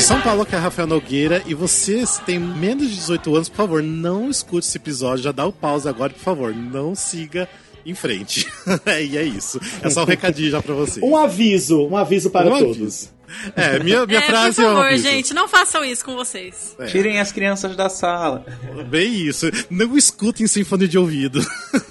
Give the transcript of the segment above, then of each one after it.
São Paulo, que é Rafael Nogueira. E você, se tem menos de 18 anos, por favor, não escute esse episódio. Já dá o pause agora, por favor. Não siga em frente. E é isso. É só um recadinho já pra vocês. Um aviso para todos. Minha frase por favor, é gente, não façam isso com vocês. Tirem as crianças da sala. Bem isso. Não escutem sem fone de ouvido.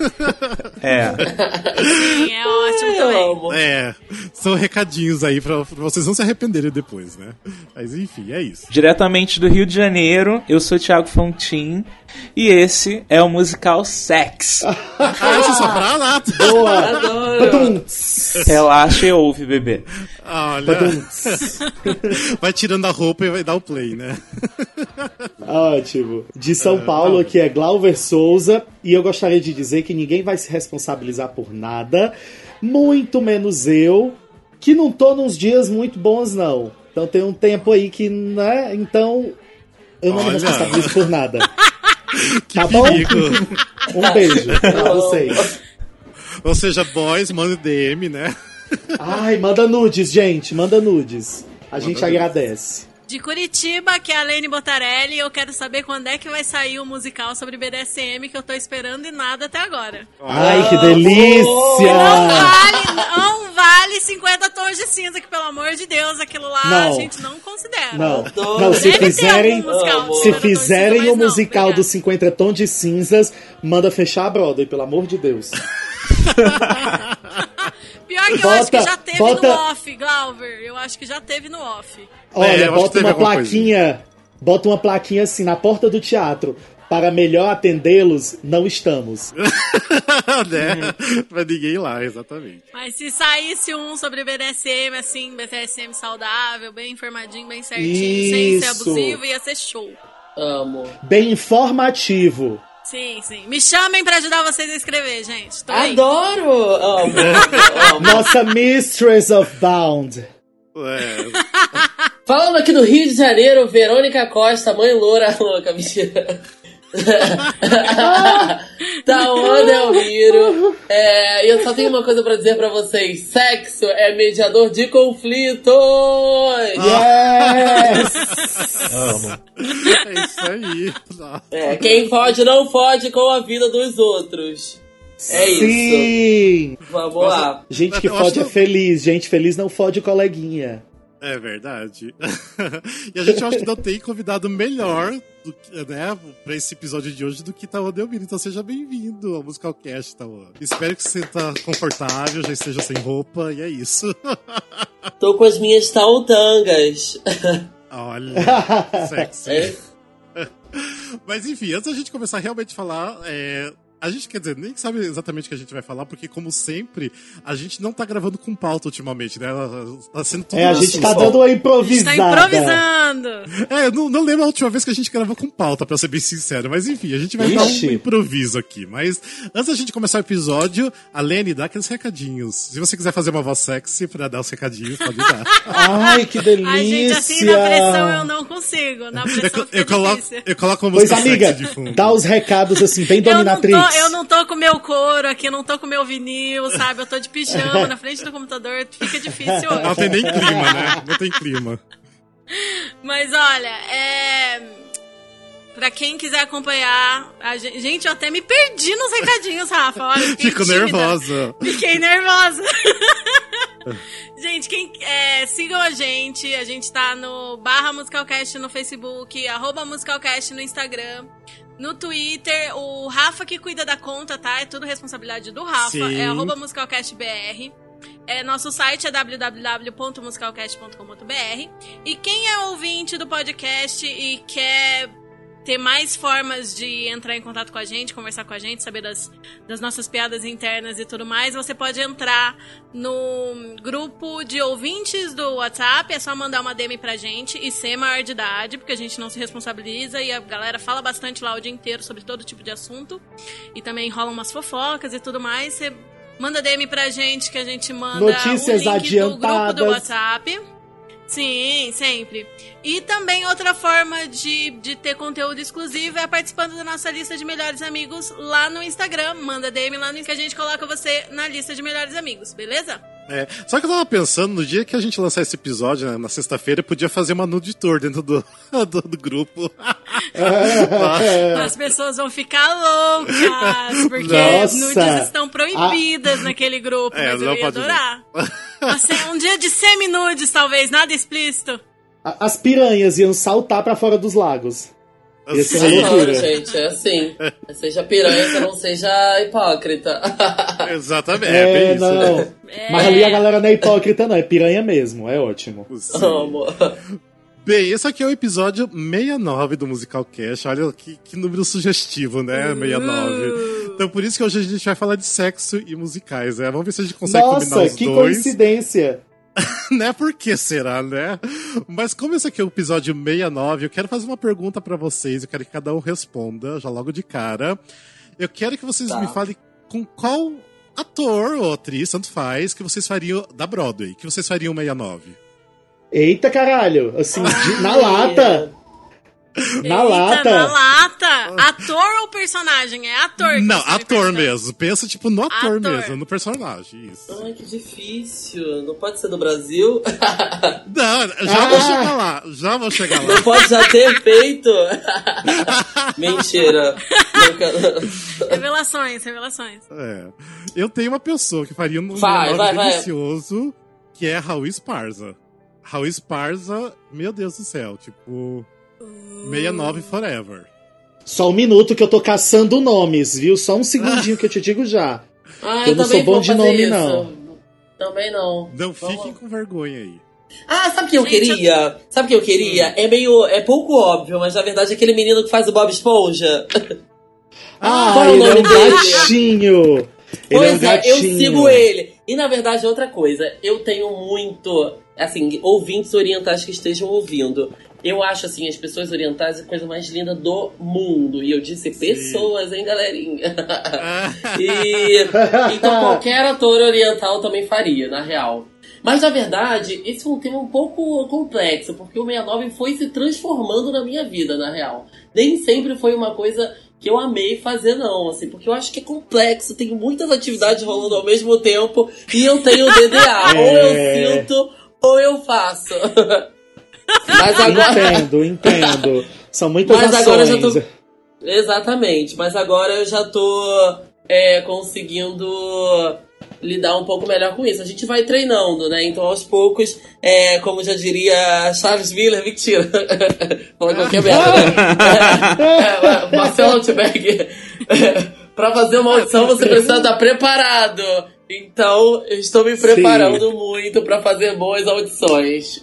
Sim, é ótimo também. São recadinhos aí pra vocês não se arrependerem depois, né? Mas enfim, é isso. Diretamente do Rio de Janeiro, eu sou o Thiago Fontin e esse é o musical Sex. Essa só pra lá. Boa! Adoro! Relaxa e ouve, bebê. Olha, vai tirando a roupa e vai dar o play, né? Ótimo. De São Paulo, aqui é Glauber Souza, e eu gostaria de dizer que ninguém vai se responsabilizar por nada, muito menos eu, que não tô nos dias muito bons, não. Então tem um tempo aí que, né? Então eu não me responsabilizo por nada. Que perigo. Bom? Um beijo pra vocês. Ou seja, boys, manda DM, né? Ai, manda nudes, gente. Manda nudes. A gente agradece. De Curitiba, que é a Lene Botarelli, eu quero saber quando é que vai sair o musical sobre BDSM, que eu tô esperando e nada até agora. Ai, que delícia! Não vale 50 tons de cinza, que pelo amor de Deus, aquilo lá a gente não considera. Não, se fizerem o musical dos 50 tons de cinzas, manda fechar a Broadway, pelo amor de Deus. Pior que eu acho que já teve no off, Glauber. Eu acho que já teve no off. Olha, bota uma plaquinha. Bota uma plaquinha assim na porta do teatro. Para melhor atendê-los, não estamos. Né? Pra ninguém ir lá, exatamente. Mas se saísse um sobre BDSM, assim, BDSM saudável, bem informadinho, bem certinho, sem ser abusivo, ia ser show. Amo. Bem informativo. Sim. Me chamem pra ajudar vocês a escrever, gente. Tô Adoro! Amo. Nossa Mistress of Bound. Falando aqui do Rio de Janeiro, Verônica Costa, mãe loura, louca, mentira. Tá onde eu viro. Eu só tenho uma coisa pra dizer pra vocês: sexo é mediador de conflitos. Yes! Amo. É isso aí. Quem fode não fode com a vida dos outros. Sim. Isso. Vamos lá. Gente que fode é feliz. Gente feliz não fode coleguinha. É verdade. E a gente acho que não tem convidado melhor né, pra esse episódio de hoje do que Tauan Delmiro. Então seja bem-vindo ao Musicalcast, Tauan. Espero que você tá confortável, já esteja sem roupa, e é isso. Tô com as minhas tautangas. Olha, sexy. Mas enfim, antes da gente começar realmente a falar... A gente, quer dizer, nem sabe exatamente o que a gente vai falar, porque, como sempre, a gente não tá gravando com pauta ultimamente, né? Tá sendo tudo a gente tá dando uma improvisada. A gente tá improvisando. Eu não lembro a última vez que a gente gravou com pauta, pra ser bem sincero. Mas enfim, a gente vai dar um improviso aqui. Mas antes da gente começar o episódio, a Lene dá aqueles recadinhos. Se você quiser fazer uma voz sexy pra dar os recadinhos, pode dar. Ai, que delícia! Ai, gente, assim na pressão eu não consigo. Na pressão eu coloco uma música sexy de fundo. Dá os recados assim, bem dominatrix. Eu não tô com meu couro aqui, não tô com meu vinil, sabe? Eu tô de pijama na frente do computador, fica difícil hoje. Não tem nem clima, né? Não tem clima. Mas olha, pra quem quiser acompanhar, gente, eu até me perdi nos recadinhos, Rafa. Olha, Fico nervosa. Fiquei nervosa. Gente, sigam a gente tá no /Musicalcast no Facebook, @Musicalcast no Instagram. No Twitter, o Rafa que cuida da conta, tá? É tudo responsabilidade do Rafa. Sim. É @musicalcastbr. Nosso site é www.musicalcast.com.br. E quem é ouvinte do podcast e quer ter mais formas de entrar em contato com a gente, conversar com a gente, saber das nossas piadas internas e tudo mais, você pode entrar no grupo de ouvintes do WhatsApp. É só mandar uma DM pra gente e ser maior de idade, porque a gente não se responsabiliza e a galera fala bastante lá o dia inteiro sobre todo tipo de assunto. E também rolam umas fofocas e tudo mais. Você manda DM pra gente, que a gente manda notícias o link adiantadas do grupo do WhatsApp. Sim, sempre. E também outra forma de ter conteúdo exclusivo é participando da nossa lista de melhores amigos lá no Instagram. Manda DM lá no Instagram que a gente coloca você na lista de melhores amigos, beleza? Só que eu tava pensando, no dia que a gente lançar esse episódio, né, na sexta-feira, podia fazer uma nude tour dentro do grupo. As pessoas vão ficar loucas, porque nudes estão proibidas naquele grupo, mas eu ia adorar. Assim, um dia de semi-nudes, talvez, nada explícito. As piranhas iam saltar pra fora dos lagos. Ia ser uma loucura. Não, gente, é assim. Seja piranha, que não seja hipócrita. Exatamente, bem isso. Não. Né? Mas ali a galera não é hipócrita, não. É piranha mesmo, é ótimo. Amo. Bem, esse aqui é o episódio 69 do Musical Cast. Olha que número sugestivo, né? 69. Então por isso que hoje a gente vai falar de sexo e musicais, né? Vamos ver se a gente consegue combinar os dois. Nossa, que coincidência! Né? Por que será, né? Mas como esse aqui é o episódio 69, eu quero fazer uma pergunta pra vocês. Eu quero que cada um responda, já logo de cara. Eu quero que vocês me falem com qual ator ou atriz, tanto faz, que vocês fariam da Broadway, que vocês fariam 69. Eita, caralho! Assim, na lata! Na lata! Ator ou personagem? É ator. Não, ator mesmo. Pensa, tipo, no ator mesmo, no personagem. Isso. Ai, que difícil. Não pode ser do Brasil? Não, já vou chegar lá. Não pode já ter feito? Mentira. Revelações. Eu tenho uma pessoa que faria um vai. delicioso, que é Raul Esparza. Raul Esparza, meu Deus do céu, tipo... 69 Forever. Só um minuto que eu tô caçando nomes, viu? Só um segundinho que eu te digo já. Eu não sou bom de nome, isso. Não. Também não. Não fiquem com vergonha aí. Sabe o que eu queria? Sabe o que eu queria? É pouco óbvio, mas na verdade é aquele menino que faz o Bob Esponja. Qual é o nome dele? Gatinho. Pois eu sigo ele. E na verdade, outra coisa, eu tenho muito, assim, ouvintes orientais que estejam ouvindo. Eu acho, assim, as pessoas orientais a coisa mais linda do mundo. E eu disse pessoas, hein, galerinha? Então qualquer ator oriental também faria, na real. Mas, na verdade, esse é um tema um pouco complexo, porque o 69 foi se transformando na minha vida, na real. Nem sempre foi uma coisa que eu amei fazer, não, assim, porque eu acho que é complexo, tem muitas atividades rolando ao mesmo tempo, e eu tenho DDA. Ou eu sinto, ou eu faço. Mas agora... Entendo. São muitas ações. Agora eu já tô... Exatamente. Mas agora eu já tô conseguindo lidar um pouco melhor com isso. A gente vai treinando, né? Então, aos poucos, como já diria Charles Miller, mentira. Fala qualquer merda, né? Marcelo Altberg. Pra fazer uma audição, você precisa estar preparado. Então, eu estou me preparando muito pra fazer boas audições.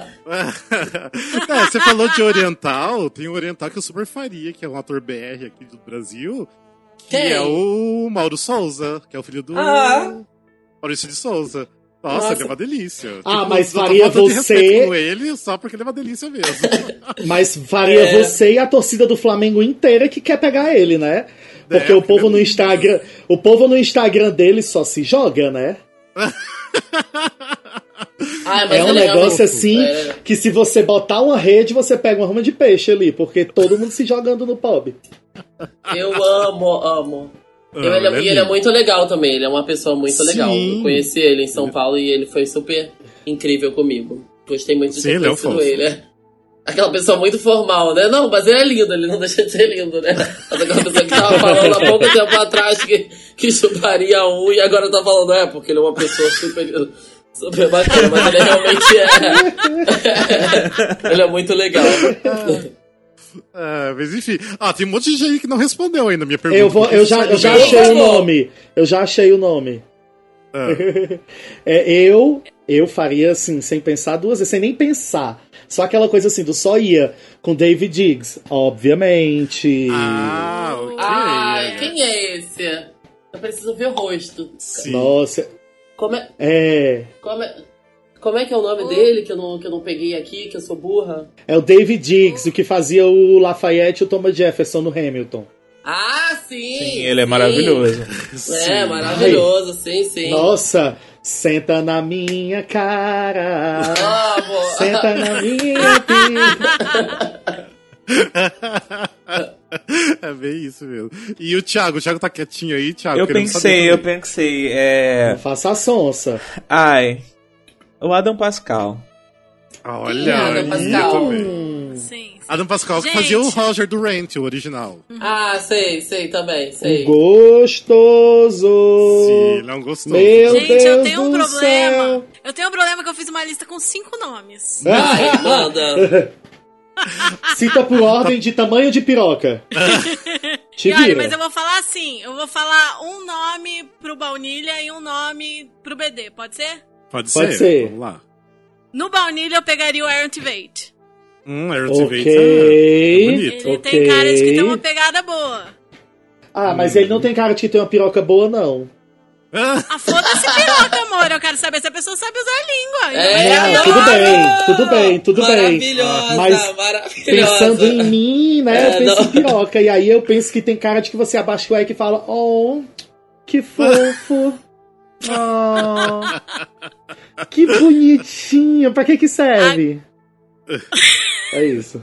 Você falou de oriental, tem um oriental que eu super faria, que é um ator BR aqui do Brasil, que é o Mauro Souza, que é o filho do Maurício de Souza. Nossa, ele é uma delícia. Mas faria você... com ele só porque ele é uma delícia mesmo. Mas faria você e a torcida do Flamengo inteira que quer pegar ele, né? Porque o povo no Instagram dele só se joga, né? É um negócio assim que se você botar uma rede, você pega uma rama de peixe ali, porque todo mundo se jogando no pub. Eu amo. Ele é muito legal também, ele é uma pessoa muito legal. Eu conheci ele em São Paulo e ele foi super incrível comigo. Gostei muito de ter conhecido ele. Aquela pessoa muito formal, né? Não, mas ele é lindo, ele não deixa de ser lindo, né? Mas aquela pessoa que tava falando há pouco tempo atrás que chuparia um e agora tá falando, porque ele é uma pessoa super bacana, mas ele realmente ele é muito legal. Mas enfim, tem um monte de gente que não respondeu ainda a minha pergunta. Eu já achei o nome. Eu já achei o nome. Eu faria assim, sem pensar duas vezes, sem nem pensar. Só aquela coisa assim, do só ia com David Diggs, obviamente. Ok. Quem é esse? Eu preciso ver o rosto. Sim. Nossa. Como é que é o nome dele, que eu não peguei aqui, que eu sou burra? É o David Diggs, o que fazia o Lafayette e o Thomas Jefferson no Hamilton. Sim! Sim, ele é maravilhoso. Maravilhoso, sim. Nossa, senta na minha cara. Senta na minha vida. É bem isso mesmo. E o Thiago tá quietinho aí, Thiago? Eu pensei. Não faça a sonsa. Ai, o Adam Pascal. Olha, Adam Pascal. Sim. Adam Pascal que Gente. fazia o Roger do Rent, o original. Ah, sei também, sei. Gostoso. Sim, não gostou. Meu Gente, Deus eu tenho um do problema. céu. Eu tenho um problema que eu fiz uma lista com 5 nomes. Vai, manda. Cita por ordem de tamanho de piroca. Te E olha, vira. mas eu vou falar assim, eu vou falar um nome pro Baunilha e um nome pro BD, pode ser? Pode Pode ser. ser. Vamos lá. No Baunilha eu pegaria o Aaron Tveit. Aaron Tveit Ok. é bonito. Ele tem cara de que tem uma pegada boa. Ah, mas ele não tem cara de que tem uma piroca boa, não. Ah, foda-se piroca, amor. Eu quero saber se a pessoa sabe usar a língua. Tudo bem. Maravilhosa, Mas maravilhosa. pensando em mim, né, eu penso não. em piroca. E aí eu penso que tem cara de que você abaixa o cueca e fala, oh, que fofo. Oh, que bonitinho. Pra que serve? É isso.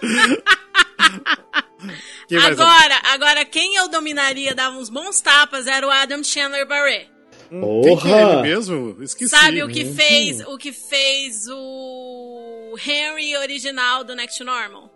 Agora, quem eu dominaria, dava uns bons tapas, era o Adam Chandler Barrett. Quem que é ele mesmo? Esqueci. Sabe o que fez o Henry original do Next to Normal?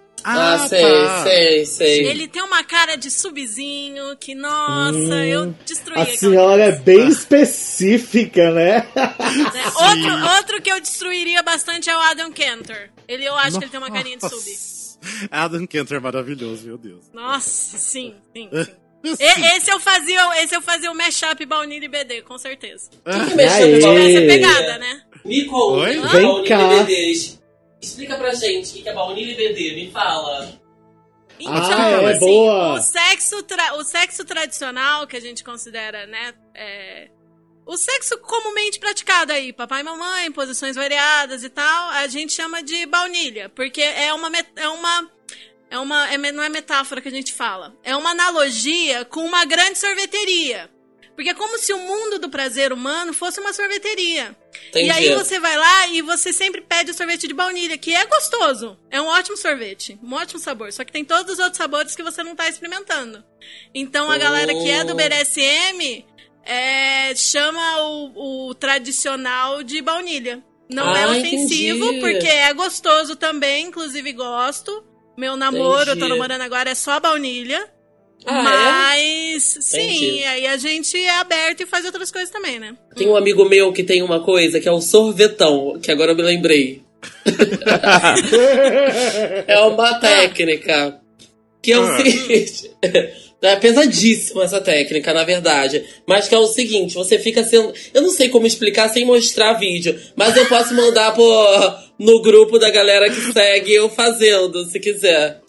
Sei. Ele tem uma cara de subzinho que, nossa, eu destruí A aquela senhora é criança. bem específica, né? Outro que eu destruiria bastante é o Adam Cantor. Eu acho que ele tem uma carinha de sub. Adam Cantor é maravilhoso, meu Deus. Nossa, sim. Esse eu fazia o mashup Baunilha e BD, com certeza. Que mexeu com Essa pegada, né? Me conta, Oi? que é Vem baunilha cá. e BD. Explica pra gente o que é baunilha e BD, me fala. Então, é boa. o sexo tradicional, que a gente considera, né, o sexo comumente praticado aí, papai e mamãe, posições variadas e tal, a gente chama de baunilha, porque não é metáfora que a gente fala, é uma analogia com uma grande sorveteria. Porque é como se o mundo do prazer humano fosse uma sorveteria. Entendi. E aí você vai lá e você sempre pede o sorvete de baunilha, que é gostoso. É um ótimo sorvete, um ótimo sabor. Só que tem todos os outros sabores que você não tá experimentando. Então a galera que é do BDSM chama o tradicional de baunilha. Não é ofensivo, entendi. porque é gostoso também, inclusive gosto. Meu namoro, eu tô namorando agora, é só baunilha. Mas, sim, aí a gente é aberto e faz outras coisas também, né? Tem um amigo meu que tem uma coisa, que é o sorvetão, que agora eu me lembrei. É uma técnica, que é o seguinte... É pesadíssima essa técnica, na verdade. Mas que é o seguinte, você fica sendo... Eu não sei como explicar sem mostrar vídeo, mas eu posso mandar no grupo da galera que segue eu fazendo, se quiser.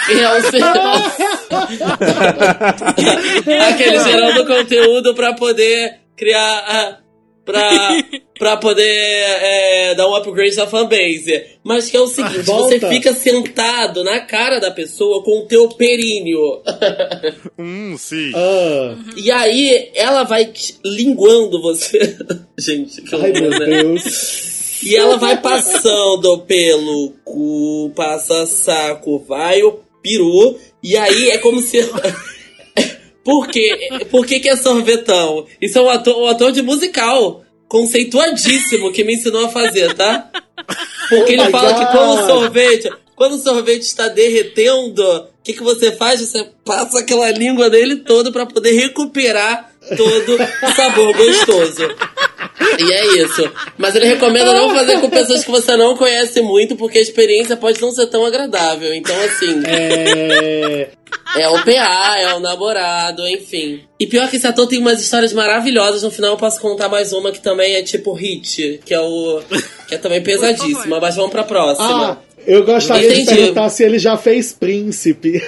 Aquele gerando conteúdo pra poder criar... Pra poder dar um upgrade na fanbase. Mas que é o seguinte, você fica sentado na cara da pessoa com o teu períneo. Sim. E aí, ela vai linguando você. Gente, que Ai, loucura, meu né? Deus. E ela vai passando pelo cu, passa saco, vai o peru. E aí é como se... Por quê? Por que é sorvetão? Isso é um ator de musical conceituadíssimo que me ensinou a fazer, tá? Porque ele fala que quando o sorvete está derretendo, o que você faz? Você passa aquela língua dele todo pra poder recuperar todo o sabor gostoso. E é isso. Mas ele recomenda não fazer com pessoas que você não conhece muito, porque a experiência pode não ser tão agradável. Então, assim... É o PA, é o namorado, enfim. E pior que esse ator tem umas histórias maravilhosas. No final eu posso contar mais uma que também é tipo Hit, que é também pesadíssima. Mas vamos pra próxima. Eu gostaria de perguntar se ele já fez Príncipe.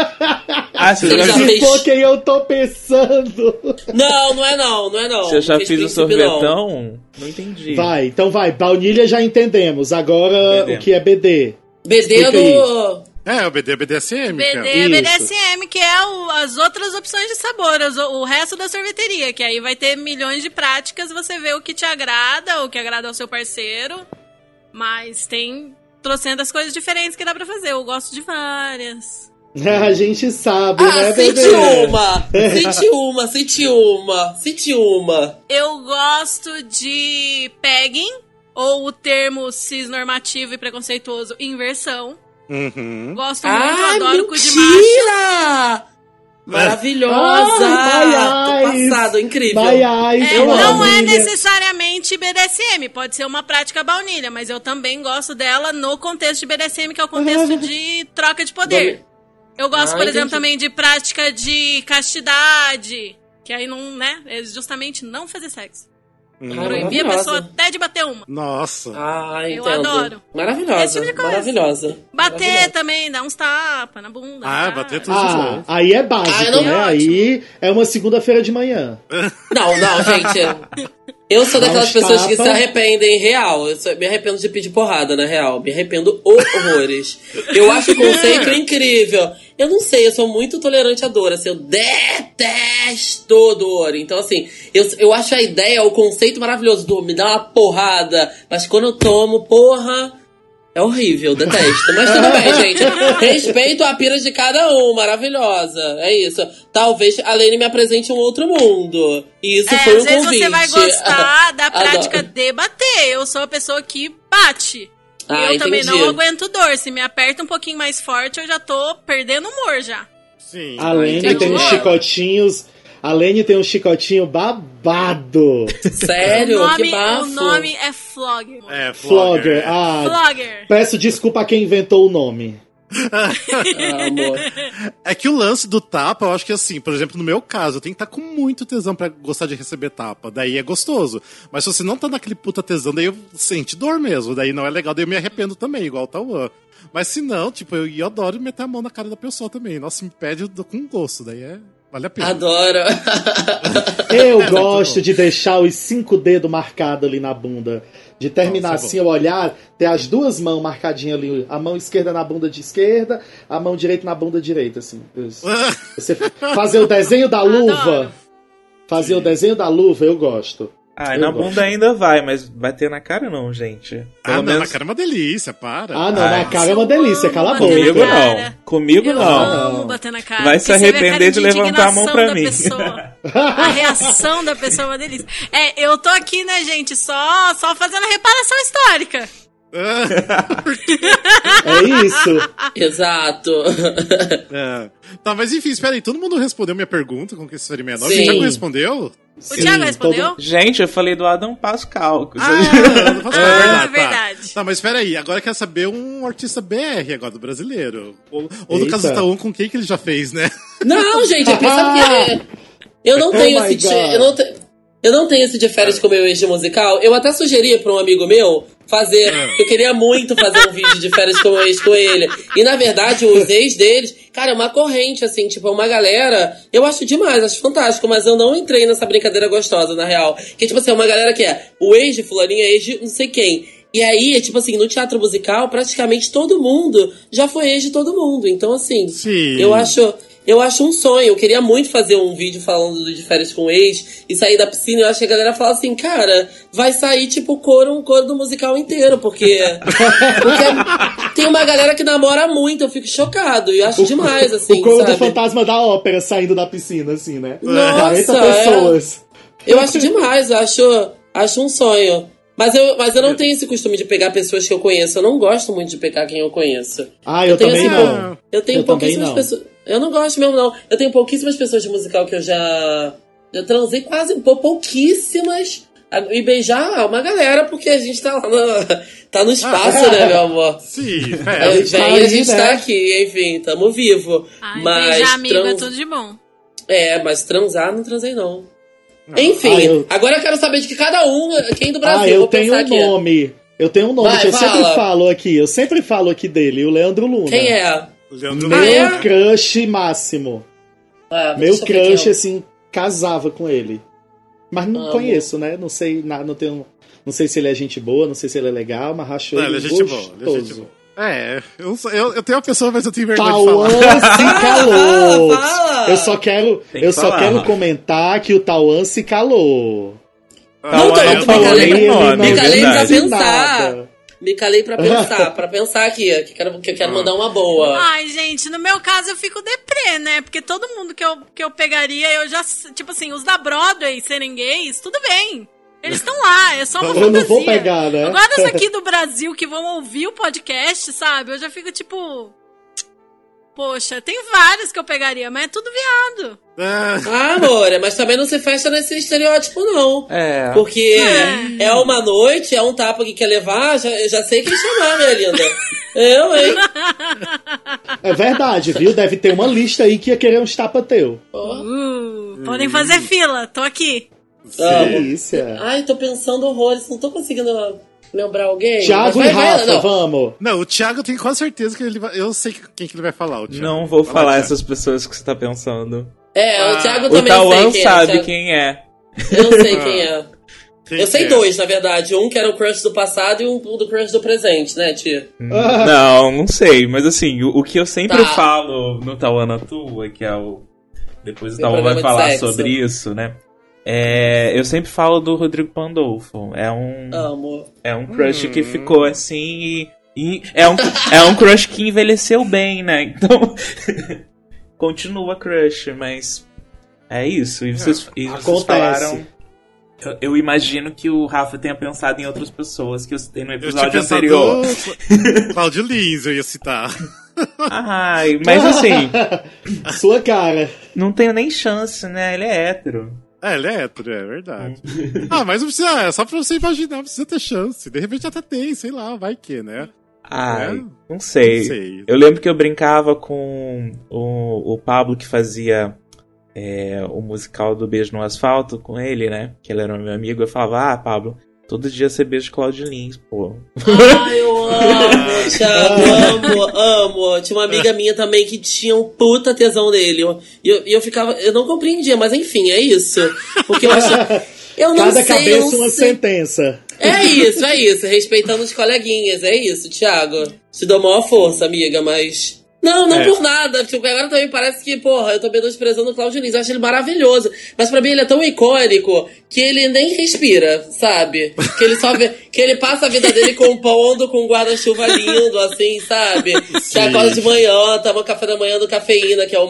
Se for quem eu tô pensando. Não é não. Se eu já fiz o sorvetão, não entendi. Então vai. Baunilha já entendemos. Agora o que é BD? BD é do... o BD é BDSM, BD é BDSM, que é as outras opções de sabor, o resto da sorveteria, que aí vai ter milhões de práticas, você vê o que te agrada, o que agrada ao seu parceiro, mas tem trocentas coisas diferentes que dá pra fazer. Eu gosto de várias. A gente sabe, né, cite bebê? Cite uma. Eu gosto de pegging, ou o termo cisnormativo e preconceituoso, inversão. Uhum. Gosto muito, adoro cu de macho. Mentira! Maravilhosa! Tô passado, incrível. Não é necessariamente BDSM, pode ser uma prática baunilha, mas eu também gosto dela no contexto de BDSM, que é o contexto de troca de poder. Eu gosto, por exemplo, também de prática de castidade, que aí não, né, é justamente não fazer sexo. Proibir a pessoa até de bater uma. Nossa. Eu adoro. Maravilhosa. Esse tipo de coisa. Maravilhosa. Bater também, dar uns tapas na bunda. Bater tudo de bom. Aí é básico, né? Aí é uma segunda-feira de manhã. Não, gente. Eu sou daquelas pessoas que se arrependem real. Me arrependo de pedir porrada, na real. Me arrependo horrores. Eu acho o conceito incrível. Eu não sei, eu sou muito tolerante à dor. Assim, eu detesto dor. Então, assim, eu acho a ideia, o conceito maravilhoso do me dar uma porrada. Mas quando eu tomo, porra... É horrível, detesto. Mas tudo bem, gente. Respeito a pira de cada um, maravilhosa. É isso. Talvez a Lene me apresente um outro mundo. E isso foi um convite. Às vezes você vai gostar da prática de bater. Eu sou a pessoa que bate. Eu também não aguento dor. Se me aperta um pouquinho mais forte, eu já tô perdendo humor já. Sim. A Lene tem uns chicotinhos... A Lene tem um chicotinho babado. Sério? Que bafo. O nome é Flogger. Flogger. Flogger. Peço desculpa a quem inventou o nome. Amor. É que o lance do tapa, eu acho que assim, por exemplo, no meu caso, eu tenho que estar com muito tesão pra gostar de receber tapa. Daí é gostoso. Mas se você não tá naquele puta tesão, daí eu sente dor mesmo. Daí não é legal, daí eu me arrependo também, igual o Tauan. Mas se não, tipo, eu adoro meter a mão na cara da pessoa também. Nossa, me pede, eu dou com gosto. Daí vale a pena. Adoro. Eu gosto de deixar os 5 dedos marcados ali na bunda. De terminar assim, eu olhar, ter as duas mãos marcadinhas ali. A mão esquerda na bunda de esquerda, a mão direita na bunda direita, assim. Você fazer o desenho da luva. Fazer o desenho da luva, eu gosto. Na bunda ainda vai, mas bater na cara não, gente. Pelo menos... na cara é uma delícia, para. Na cara é uma delícia, cala a boca. Comigo não. Comigo não. Eu amo bater na cara. Vai se arrepender de levantar a mão pra mim. A reação da pessoa é uma delícia. Eu tô aqui, né, gente, só fazendo a reparação histórica. É isso. Exato. Tá, mas enfim, espera aí. Todo mundo respondeu minha pergunta com que esse experimento. O Thiago respondeu? O Thiago respondeu? Gente, eu falei do Adam Pascal. Verdade. Tá, mas espera aí. Agora eu quero saber um artista BR agora, do brasileiro. Ou do caso do Tauan, com quem que ele já fez, né? Não, gente, pensa que eu não tenho eu não tenho esse de férias com o meu ex de musical. Eu até sugeri pra um amigo meu fazer. Eu queria muito fazer um vídeo de férias com o meu ex com ele. E na verdade, os ex deles, cara, é uma corrente, assim, tipo, uma galera. Eu acho demais, acho fantástico, mas eu não entrei nessa brincadeira gostosa, na real. Que, tipo assim, é uma galera que é o ex de fulaninha, ex de não sei quem. E aí, tipo assim, no teatro musical, praticamente todo mundo já foi ex de todo mundo. Então, assim, eu acho um sonho. Eu queria muito fazer um vídeo falando de férias com ex e sair da piscina. Eu acho que a galera fala assim, cara, vai sair tipo um coro do musical inteiro, porque tem uma galera que namora muito, eu fico chocado. E eu acho demais, assim, o coro sabe? do fantasma da ópera saindo da piscina, assim, né? Nossa, 40 pessoas. Eu acho demais, acho um sonho. Mas eu não tenho esse costume de pegar pessoas que eu conheço. Eu não gosto muito de pegar quem eu conheço. Eu também não. Eu tenho pouquíssimas pessoas... Eu não gosto mesmo, não. Eu tenho pouquíssimas pessoas de musical que eu já transei quase pouquíssimas. E beijar uma galera, porque a gente tá lá tá no espaço, né, meu amor? Sim, a gente tá aqui, enfim, tamo vivo. Mas beijar amigo é tudo de bom. Mas transar não transei, não. Enfim, agora eu quero saber de que cada um, quem do Brasil, eu tenho um nome. Eu tenho um nome que eu sempre falo aqui dele, o Leandro Luna. Quem é? Meu crush máximo. Meu crush, assim, casava com ele. Mas não conheço, né? Não sei, não sei se ele é gente boa, não sei se ele é legal, mas acho ele é gente gostoso. Boa, ele é gente boa. Eu tenho uma pessoa, mas eu tenho vergonha de falar. Se calou. Eu só quero comentar que o Tauan se calou. Me calei pra pensar. Me calei pra pensar aqui, que eu quero mandar uma boa. Ai, gente, no meu caso eu fico deprê, né? Porque todo mundo que eu pegaria, eu já... Tipo assim, os da Broadway serem gays, tudo bem. Eles estão lá, é só uma fantasia. Eu não vou pegar, né? Agora os aqui do Brasil que vão ouvir o podcast, sabe? Eu já fico tipo... Poxa, tem vários que eu pegaria, mas é tudo viado. Ah, amor, mas também não se fecha nesse estereótipo, não. É. Porque é uma noite, é um tapa que quer levar, já sei quem chamar, minha linda. Eu, hein? É verdade, viu? Deve ter uma lista aí que ia querer uns tapa teu. Podem fazer fila, tô aqui. Delícia. Ai, tô pensando horrores, não tô conseguindo lembrar alguém. Thiago e Rafa, vamos. Não, o Thiago tem quase certeza que ele vai... Eu sei quem que ele vai falar, o Thiago. Não vou falar essas pessoas que você tá pensando. O Thiago também sei quem é. O Tauan sabe quem quem é. Eu sei quem é. Eu sei dois, na verdade. Um que era o crush do passado e um do crush do presente, né, tia? Não sei. Mas assim, o que eu sempre falo no Tauan Atua, que é o... Depois o Tauan vai falar sobre isso, né? Eu sempre falo do Rodrigo Pandolfo. É um crush que ficou assim e é um crush que envelheceu bem, né? Então continua crush, mas é isso. E vocês falaram. Eu imagino que o Rafa tenha pensado em outras pessoas que eu citei no episódio anterior. Cláudio Lins, eu ia citar. Ai, mas assim. Sua cara. Não tenho nem chance, né? Ele é hétero. Ele é hétero, é verdade. Mas não precisa, é só pra você imaginar, não precisa ter chance. De repente até tem, sei lá, vai que, né? Não sei. Eu lembro que eu brincava com o Pablo que fazia o musical do Beijo no Asfalto com ele, né? Que ele era meu amigo. Eu falava, Pablo, todo dia você beija Cláudio Lins, pô. Eu amo, Thiago, amo. Tinha uma amiga minha também que tinha um puta tesão dele. E eu ficava... Eu não compreendia, mas enfim, é isso. Porque eu acho... Eu não Cada sei, cabeça uma sentença. É isso. Respeitando os coleguinhas, é isso, Thiago. Te dou maior força, amiga, mas... Não por nada. Tipo, agora também parece que, porra, eu tô menosprezando o Cláudio Lins. Eu acho ele maravilhoso. Mas pra mim ele é tão icônico que ele nem respira, sabe? Que ele só vê, que ele passa a vida dele compondo com um guarda-chuva lindo, assim, sabe? Sim. Que acorda de manhã, toma café da manhã do Cafeína, que é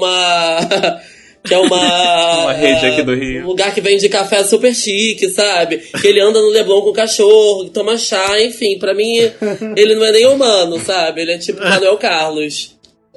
uma rede aqui do Rio. Um lugar que vende café super chique, sabe? Que ele anda no Leblon com o cachorro, que toma chá, enfim. Pra mim, ele não é nem humano, sabe? Ele é tipo Manuel Carlos.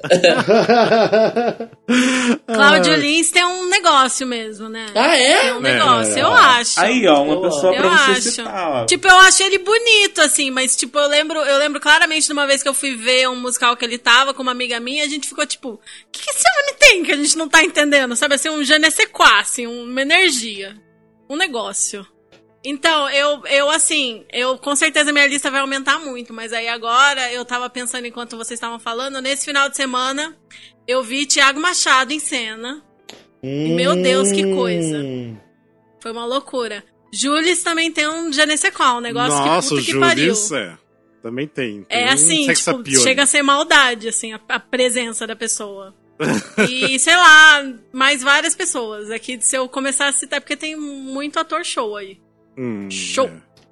Cláudio Lins tem um negócio mesmo, né? Tem um negócio, eu acho. Aí, uma pessoa pra você citar. Tipo, eu acho ele bonito, assim, mas tipo, eu lembro claramente de uma vez que eu fui ver um musical que ele tava com uma amiga minha, a gente ficou tipo, o que esse homem tem que a gente não tá entendendo? Sabe, assim, um je ne sais quoi, assim, uma energia, um negócio. Então, eu com certeza minha lista vai aumentar muito, mas aí agora eu tava pensando enquanto vocês estavam falando, nesse final de semana eu vi Thiago Machado em cena. E meu Deus, que coisa. Foi uma loucura. Jules também tem um je ne sais quoi, um negócio que puta que pariu. Nossa, também tem. Assim, tipo, chega a ser maldade, assim, a presença da pessoa. E, sei lá, mais várias pessoas. Aqui, se eu começar a citar, porque tem muito ator show aí. Show!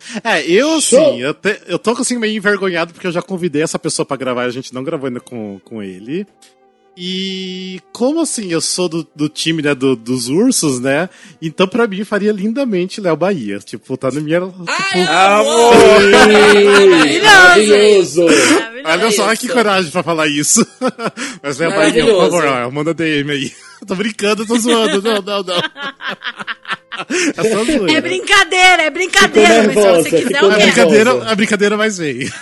Eu tô assim meio envergonhado porque eu já convidei essa pessoa pra gravar e a gente não gravou ainda com ele. E como assim, eu sou do time, né, dos ursos, né? Então pra mim faria lindamente Léo Bahia. Tipo, tá na minha... Amor! Maravilhoso! Olha só, que coragem pra falar isso. Mas Léo Bahia, por favor, manda DM aí. Tô brincando, tô zoando. Não. É brincadeira, mas se você quiser eu quero. A brincadeira mais veio.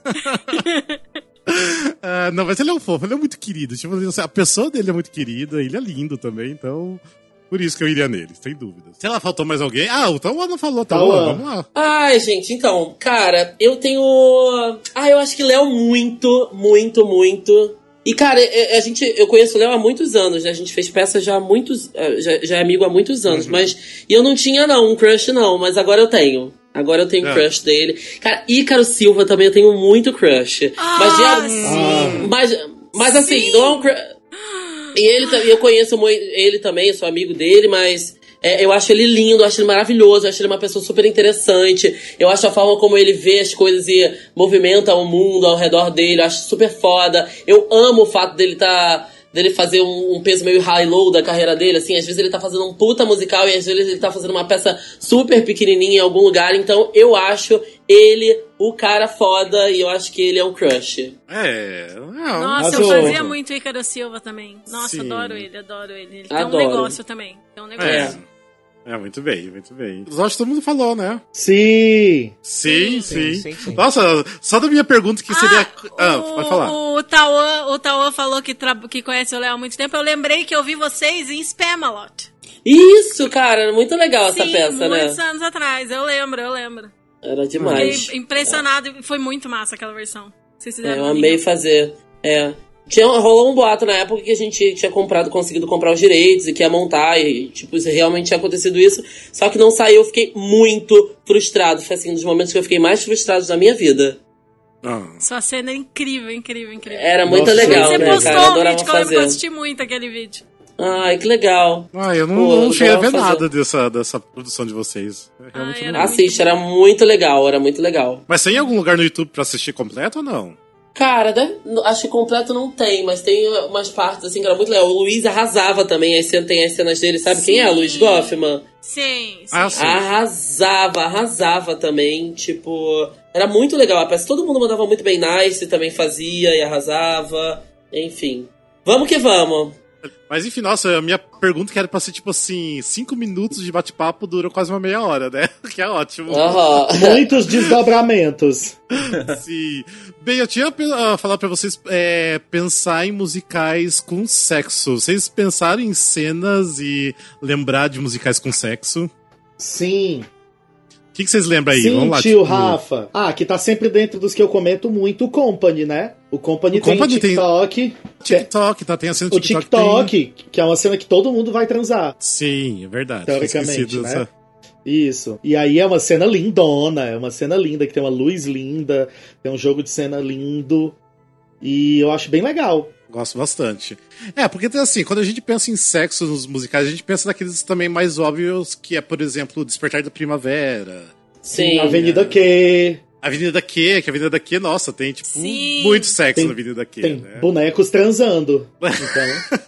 Não, mas ele é um fofo, ele é muito querido. Tipo, a pessoa dele é muito querida, ele é lindo também, então... Por isso que eu iria nele, sem dúvida. Sei lá, faltou mais alguém? O Tauan não falou, vamos lá. Ai, gente, então, cara, eu tenho... eu acho que Léo muito. E, cara, eu conheço o Léo há muitos anos, né? A gente fez peças já há muitos... Já é amigo há muitos anos, mas... E eu não tinha, um crush, não, mas agora eu tenho. Agora eu tenho crush dele. Cara, Ícaro Silva também eu tenho muito crush. Mas assim, não é um crush... E eu conheço ele também, eu sou amigo dele, mas eu acho ele lindo, eu acho ele maravilhoso, eu acho ele uma pessoa super interessante. Eu acho a forma como ele vê as coisas e movimenta o mundo ao redor dele, eu acho super foda. Eu amo o fato dele fazer um peso meio high-low da carreira dele, assim. Às vezes ele tá fazendo um puta musical e às vezes ele tá fazendo uma peça super pequenininha em algum lugar. Então eu acho ele o cara foda e eu acho que ele é um crush. Nossa, eu fazia muito Ícaro Silva também. Nossa, adoro ele. Ele tem um negócio também. Muito bem. Eu acho que todo mundo falou, né? Sim. Nossa, só da minha pergunta que seria... pode falar. O Tauan falou que conhece o Léo há muito tempo. Eu lembrei que eu vi vocês em Spamalot. Isso, cara, muito legal essa peça, né? Muitos anos atrás, eu lembro. Era demais. Fiquei impressionado e foi muito massa aquela versão. Vocês fizeram eu amei fazer. Rolou um boato na época que a gente tinha conseguido comprar os direitos e que ia montar, e tipo, realmente tinha acontecido isso, só que não saiu. Eu fiquei muito frustrado. Foi assim, um dos momentos que eu fiquei mais frustrado da minha vida. Sua cena é incrível. Era muito legal, você né, postou cara? Eu um adorava vídeo fazer. eu assisti muito aquele vídeo. Ai, que legal. Eu não cheguei a ver nada dessa produção de vocês. Realmente não. Assiste, era muito legal. Mas tem algum lugar no YouTube pra assistir completo ou não? Cara, acho que completo não tem, mas tem umas partes assim que era muito legal. O Luiz arrasava também, tem as cenas dele, sabe quem é? Luiz Goffman? Sim. Sim. Arrasava também, tipo... Era muito legal a peça, todo mundo mandava muito bem. Nice também fazia e arrasava, enfim. Vamos que vamos. Mas enfim, nossa, a minha pergunta que era pra ser tipo assim, 5 minutos de bate-papo durou quase uma meia hora, né? Que é ótimo. Muitos desdobramentos. Sim. Bem, eu tinha falar pra vocês pensar em musicais com sexo. Vocês pensaram em cenas e lembrar de musicais com sexo? Sim. O que vocês lembram aí? Sim, vamos lá, tio Rafa. Que tá sempre dentro dos que eu comento muito, o Company, né? O Company tem o TikTok. Tem a cena do TikTok. O TikTok, que é uma cena que todo mundo vai transar. Sim, é verdade. Teoricamente, né? Isso. E aí é uma cena lindona, é uma cena linda, que tem uma luz linda, tem um jogo de cena lindo. E eu acho bem legal. Gosto bastante. Porque assim, quando a gente pensa em sexo nos musicais, a gente pensa naqueles também mais óbvios, que é, por exemplo, Despertar da Primavera. Sim. Avenida Q. Avenida Q, que a Avenida Q, nossa, tem tipo muito sexo na Avenida Q. Tem né? bonecos transando. Então...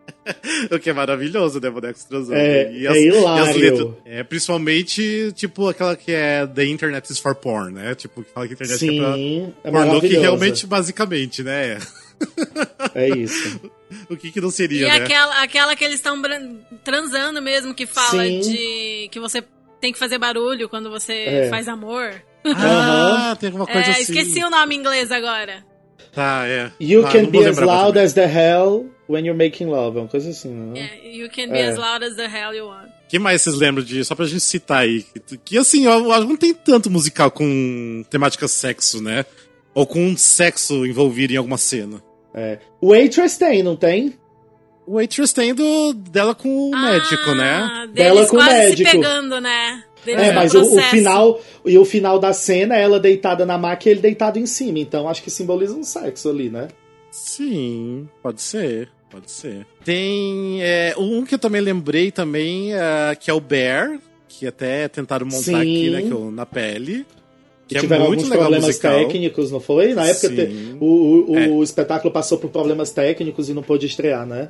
O que é maravilhoso, né? Bonecos transando. É hilário. Principalmente, tipo, aquela que é The Internet is for Porn, né? Tipo, que fala que a internet é pornô, que realmente, basicamente, né? É isso. O que não seria, né? E aquela que eles estão transando mesmo, que fala de que você tem que fazer barulho quando você faz amor. Tem alguma coisa assim. Esqueci o nome em inglês agora. You can be as loud as the hell when you're making love. É uma coisa assim, né? You can be as loud as the hell you want. O que mais vocês lembram disso? Só pra gente citar aí. Que assim, eu acho que não tem tanto musical com temática sexo, né? Ou com sexo envolvido em alguma cena. O Waitress tem, não tem? O Waitress tem dela com o médico, né? Dela com o médico. Se pegando, né? Mas o final da cena é ela deitada na maca e ele deitado em cima. Então acho que simboliza um sexo ali, né? Sim, pode ser. Tem um que eu também lembrei também, que é o Bear, que até tentaram montar aqui, né? Que é o Na Pele. Que tiveram alguns problemas técnicos, não foi? Na época o espetáculo passou por problemas técnicos e não pôde estrear, né?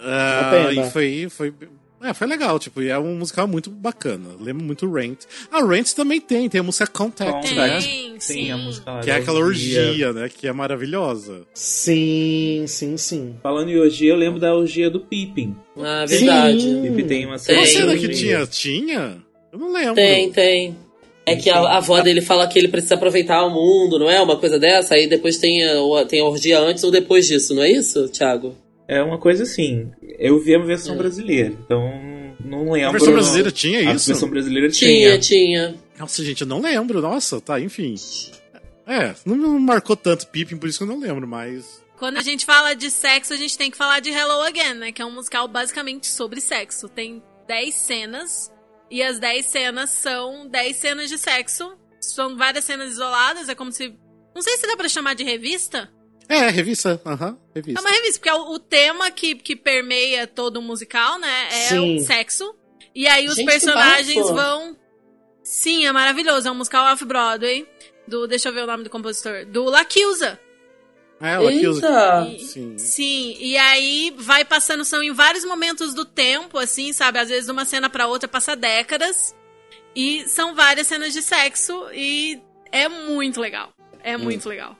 E foi legal, tipo, e é um musical muito bacana. Lembro muito Rent. Rent também tem a música Contact, né? Sim, a música lá. Que é aquela orgia, né? Que é maravilhosa. Sim. Falando em orgia, eu lembro da orgia do Pippin. Verdade. Pippin tem uma cena que tinha? Eu não lembro. Tem. É que a avó dele fala que ele precisa aproveitar o mundo, não é? Uma coisa dessa? Aí depois tem a orgia antes ou depois disso, não é isso, Thiago? É uma coisa assim. Eu vi a versão brasileira, então não lembro. A versão brasileira tinha isso? A versão brasileira tinha. Nossa, gente, eu não lembro. Nossa, tá, enfim. Não me marcou tanto Pippin, por isso que eu não lembro, mas... Quando a gente fala de sexo, a gente tem que falar de Hello Again, né? Que é um musical basicamente sobre sexo. Tem 10 cenas... E as 10 cenas são 10 cenas de sexo. São várias cenas isoladas. É como se... Não sei se dá pra chamar de revista. Revista. Revista. É uma revista, porque é o tema que permeia todo o musical, né? É o sexo. E aí os personagens vão... Sim, é maravilhoso. É um musical off-Broadway. Deixa eu ver o nome do compositor. Do Lakilza. É, o Lakilza. Sim, e aí vai passando, são em vários momentos do tempo, assim, sabe? Às vezes de uma cena pra outra passa décadas. E são várias cenas de sexo e é muito legal. É muito legal.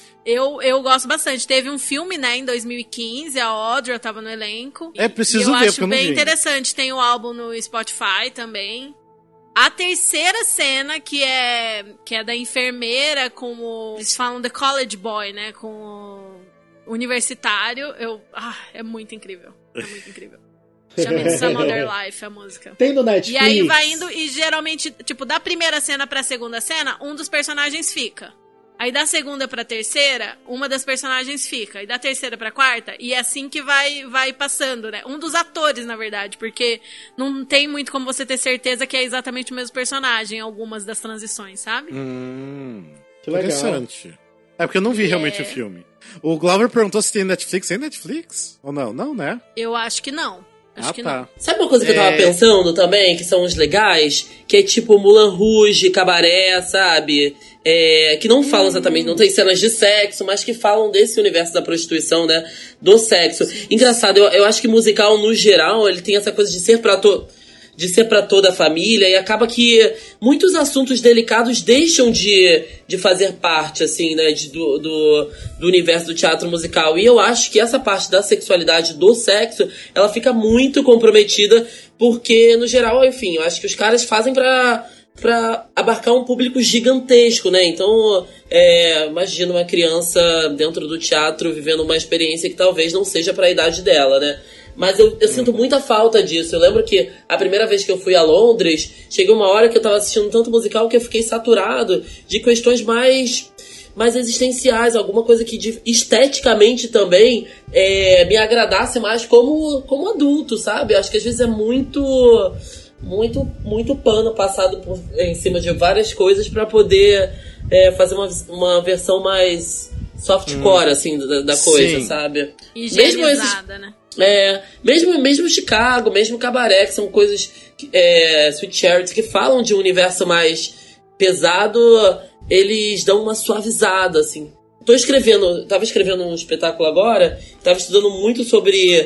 Eu gosto bastante. Teve um filme, né, em 2015, a Audrey tava no elenco. Preciso ver, porque eu não vi. Eu acho bem interessante. Tem o álbum no Spotify também. A terceira cena, que é da enfermeira com o... Eles falam The College Boy, né? Com o universitário. É muito incrível. É muito incrível. Chama Some Other Life, a música. Tem no Netflix. E aí vai indo, e geralmente, tipo, da primeira cena pra segunda cena, um dos personagens fica. Aí da segunda pra terceira, uma das personagens fica. E da terceira pra quarta, e é assim que vai passando, né? Um dos atores, na verdade, porque não tem muito como você ter certeza que é exatamente o mesmo personagem em algumas das transições, sabe? Que legal. Interessante. É porque eu não vi realmente o filme. O Glauber perguntou se tem Netflix. Tem Netflix? Ou não? Não, né? Eu acho que não. Acho que não. Sabe uma coisa que eu tava pensando também, que são os legais? Que é tipo Moulin Rouge, Cabaré, sabe? Que não falam exatamente, não tem cenas de sexo, mas que falam desse universo da prostituição, né? Do sexo. Engraçado, eu acho que musical, no geral, ele tem essa coisa de ser pra toda a família, e acaba que muitos assuntos delicados deixam de fazer parte, assim, né, do universo do teatro musical. E eu acho que essa parte da sexualidade, do sexo, ela fica muito comprometida, porque, no geral, enfim, eu acho que os caras fazem pra abarcar um público gigantesco, né? Então, imagina uma criança dentro do teatro vivendo uma experiência que talvez não seja pra idade dela, né? Mas eu sinto muita falta disso. Eu lembro que a primeira vez que eu fui a Londres, chegou uma hora que eu tava assistindo tanto musical que eu fiquei saturado de questões mais existenciais, alguma coisa que esteticamente também me agradasse mais como adulto, sabe? Acho que às vezes é muito pano passado em cima de várias coisas pra poder fazer uma versão mais softcore, assim, da coisa, sabe? Higienizada, né? Mesmo Chicago, mesmo Cabaré, que são coisas Sweet Charity, que falam de um universo mais pesado, eles dão uma suavizada, assim. Tava escrevendo um espetáculo agora, tava estudando muito sobre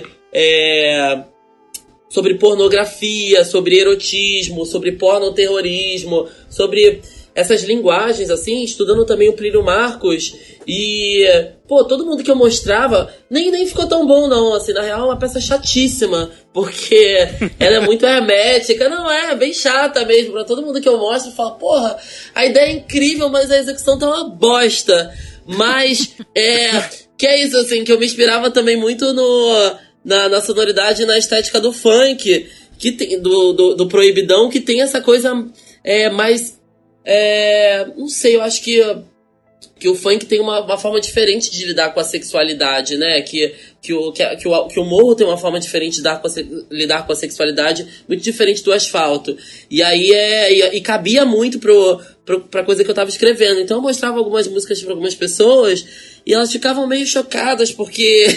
pornografia, sobre erotismo, sobre pornoterrorismo, sobre essas linguagens, assim, estudando também o Plínio Marcos. E, todo mundo que eu mostrava nem ficou tão bom, não. Assim, na real, é uma peça chatíssima, porque ela é muito hermética. Não, é bem chata mesmo. Pra todo mundo que eu mostro, fala, porra, a ideia é incrível, mas a execução tá uma bosta. Mas, que é isso, assim, que eu me inspirava também muito na sonoridade e na estética do funk, que tem, do proibidão, que tem essa coisa mais... não sei, eu acho que o funk tem uma forma diferente de lidar com a sexualidade, né? Que o morro tem uma forma diferente de lidar com a sexualidade, muito diferente do asfalto. E aí e cabia muito pra coisa que eu tava escrevendo. Então eu mostrava algumas músicas pra algumas pessoas e elas ficavam meio chocadas porque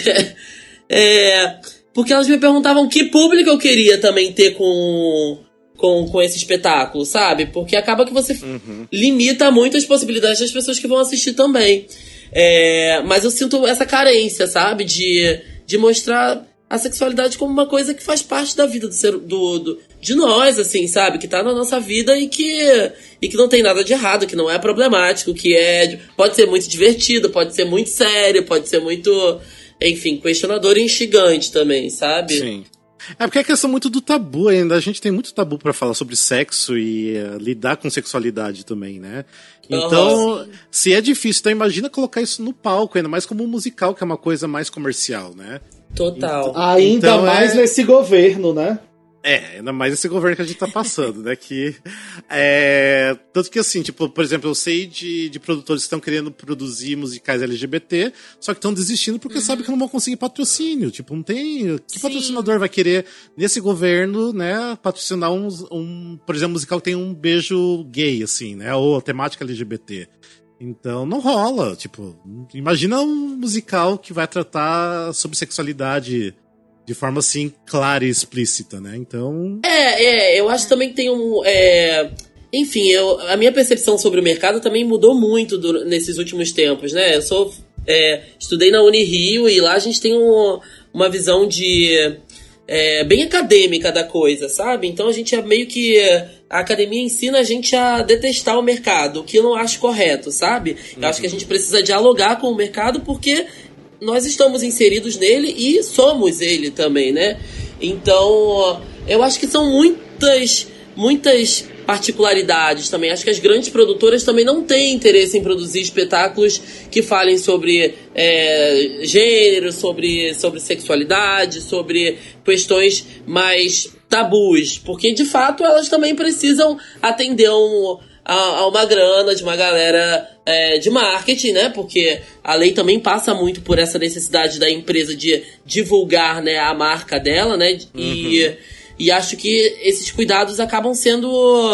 elas me perguntavam que público eu queria também ter com esse espetáculo, sabe? Porque acaba que você limita muito as possibilidades das pessoas que vão assistir também. Mas eu sinto essa carência, sabe? De mostrar a sexualidade como uma coisa que faz parte da vida de nós, assim, sabe? Que tá na nossa vida e que não tem nada de errado, que não é problemático, que pode ser muito divertido, pode ser muito sério, pode ser muito, enfim, questionador e instigante também, sabe? Sim. É porque é questão muito do tabu ainda. A gente tem muito tabu pra falar sobre sexo e lidar com sexualidade também, né? Então, se é difícil, então imagina colocar isso no palco, ainda mais como um musical, que é uma coisa mais comercial, né? Total. Ainda mais nesse governo, né? Ainda mais esse governo que a gente tá passando, né? Tanto que assim, tipo, por exemplo, eu sei de produtores que estão querendo produzir musicais LGBT, só que estão desistindo porque sabem que não vão conseguir patrocínio. Tipo, não tem... Que patrocinador vai querer, nesse governo, né, patrocinar por exemplo, musical que tem um beijo gay, assim, né? Ou temática LGBT. Então, não rola. Tipo, imagina um musical que vai tratar sobre sexualidade... de forma, assim, clara e explícita, né? Então... Eu acho também que tem um... Enfim, a minha percepção sobre o mercado também mudou muito nesses últimos tempos, né? Eu estudei na Unirio e lá a gente tem uma visão bem acadêmica da coisa, sabe? Então a gente meio que... A academia ensina a gente a detestar o mercado, o que eu não acho correto, sabe? Eu acho que a gente precisa dialogar com o mercado porque nós estamos inseridos nele e somos ele também, né? Então, eu acho que são muitas particularidades também. Acho que as grandes produtoras também não têm interesse em produzir espetáculos que falem sobre gênero, sobre sexualidade, sobre questões mais tabus, porque de fato elas também precisam atender a uma grana de uma galera de marketing, né? Porque a lei também passa muito por essa necessidade da empresa de divulgar, né, a marca dela, né? E acho que esses cuidados acabam sendo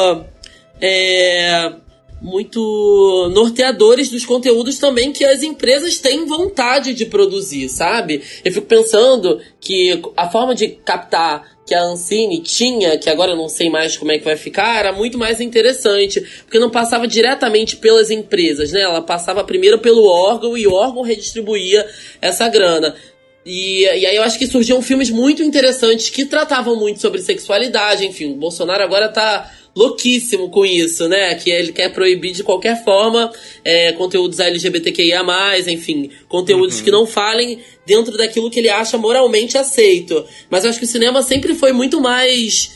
muito norteadores dos conteúdos também que as empresas têm vontade de produzir, sabe? Eu fico pensando que a forma de captar que a Ancine tinha, que agora eu não sei mais como é que vai ficar, era muito mais interessante, porque não passava diretamente pelas empresas, né? Ela passava primeiro pelo órgão e o órgão redistribuía essa grana. E aí eu acho que surgiam filmes muito interessantes que tratavam muito sobre sexualidade, enfim, o Bolsonaro agora tá louquíssimo com isso, né? Que ele quer proibir de qualquer forma conteúdos LGBTQIA+, enfim, conteúdos que não falem dentro daquilo que ele acha moralmente aceito. Mas eu acho que o cinema sempre foi muito mais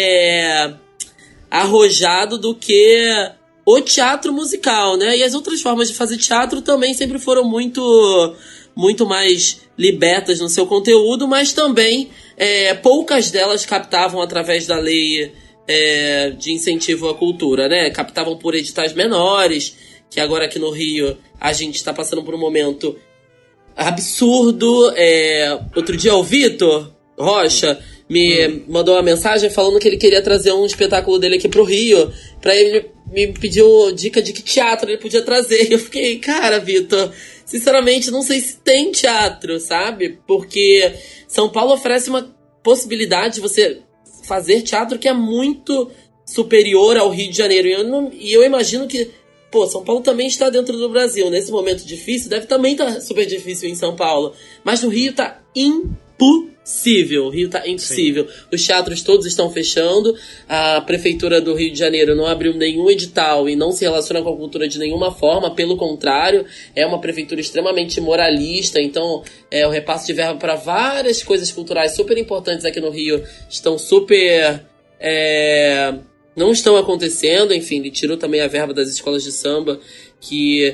arrojado do que o teatro musical, né? E as outras formas de fazer teatro também sempre foram muito mais libertas no seu conteúdo, mas também poucas delas captavam através da lei de incentivo à cultura, né? Captavam por editais menores, que agora aqui no Rio a gente está passando por um momento absurdo. Outro dia o Vitor Rocha me mandou uma mensagem falando que ele queria trazer um espetáculo dele aqui pro Rio, pra ele me pediu dica de que teatro ele podia trazer. E eu fiquei, cara, Vitor, sinceramente não sei se tem teatro, sabe? Porque São Paulo oferece uma possibilidade de você fazer teatro que é muito superior ao Rio de Janeiro. E eu imagino que, São Paulo também está dentro do Brasil. Nesse momento difícil, deve também estar super difícil em São Paulo. Mas no Rio tá impossível. O Rio tá impossível. Sim. Os teatros todos estão fechando. A Prefeitura do Rio de Janeiro não abriu nenhum edital e não se relaciona com a cultura de nenhuma forma. Pelo contrário, é uma prefeitura extremamente moralista. Então, o repasse de verba para várias coisas culturais super importantes aqui no Rio estão super... não estão acontecendo. Enfim, ele tirou também a verba das escolas de samba, que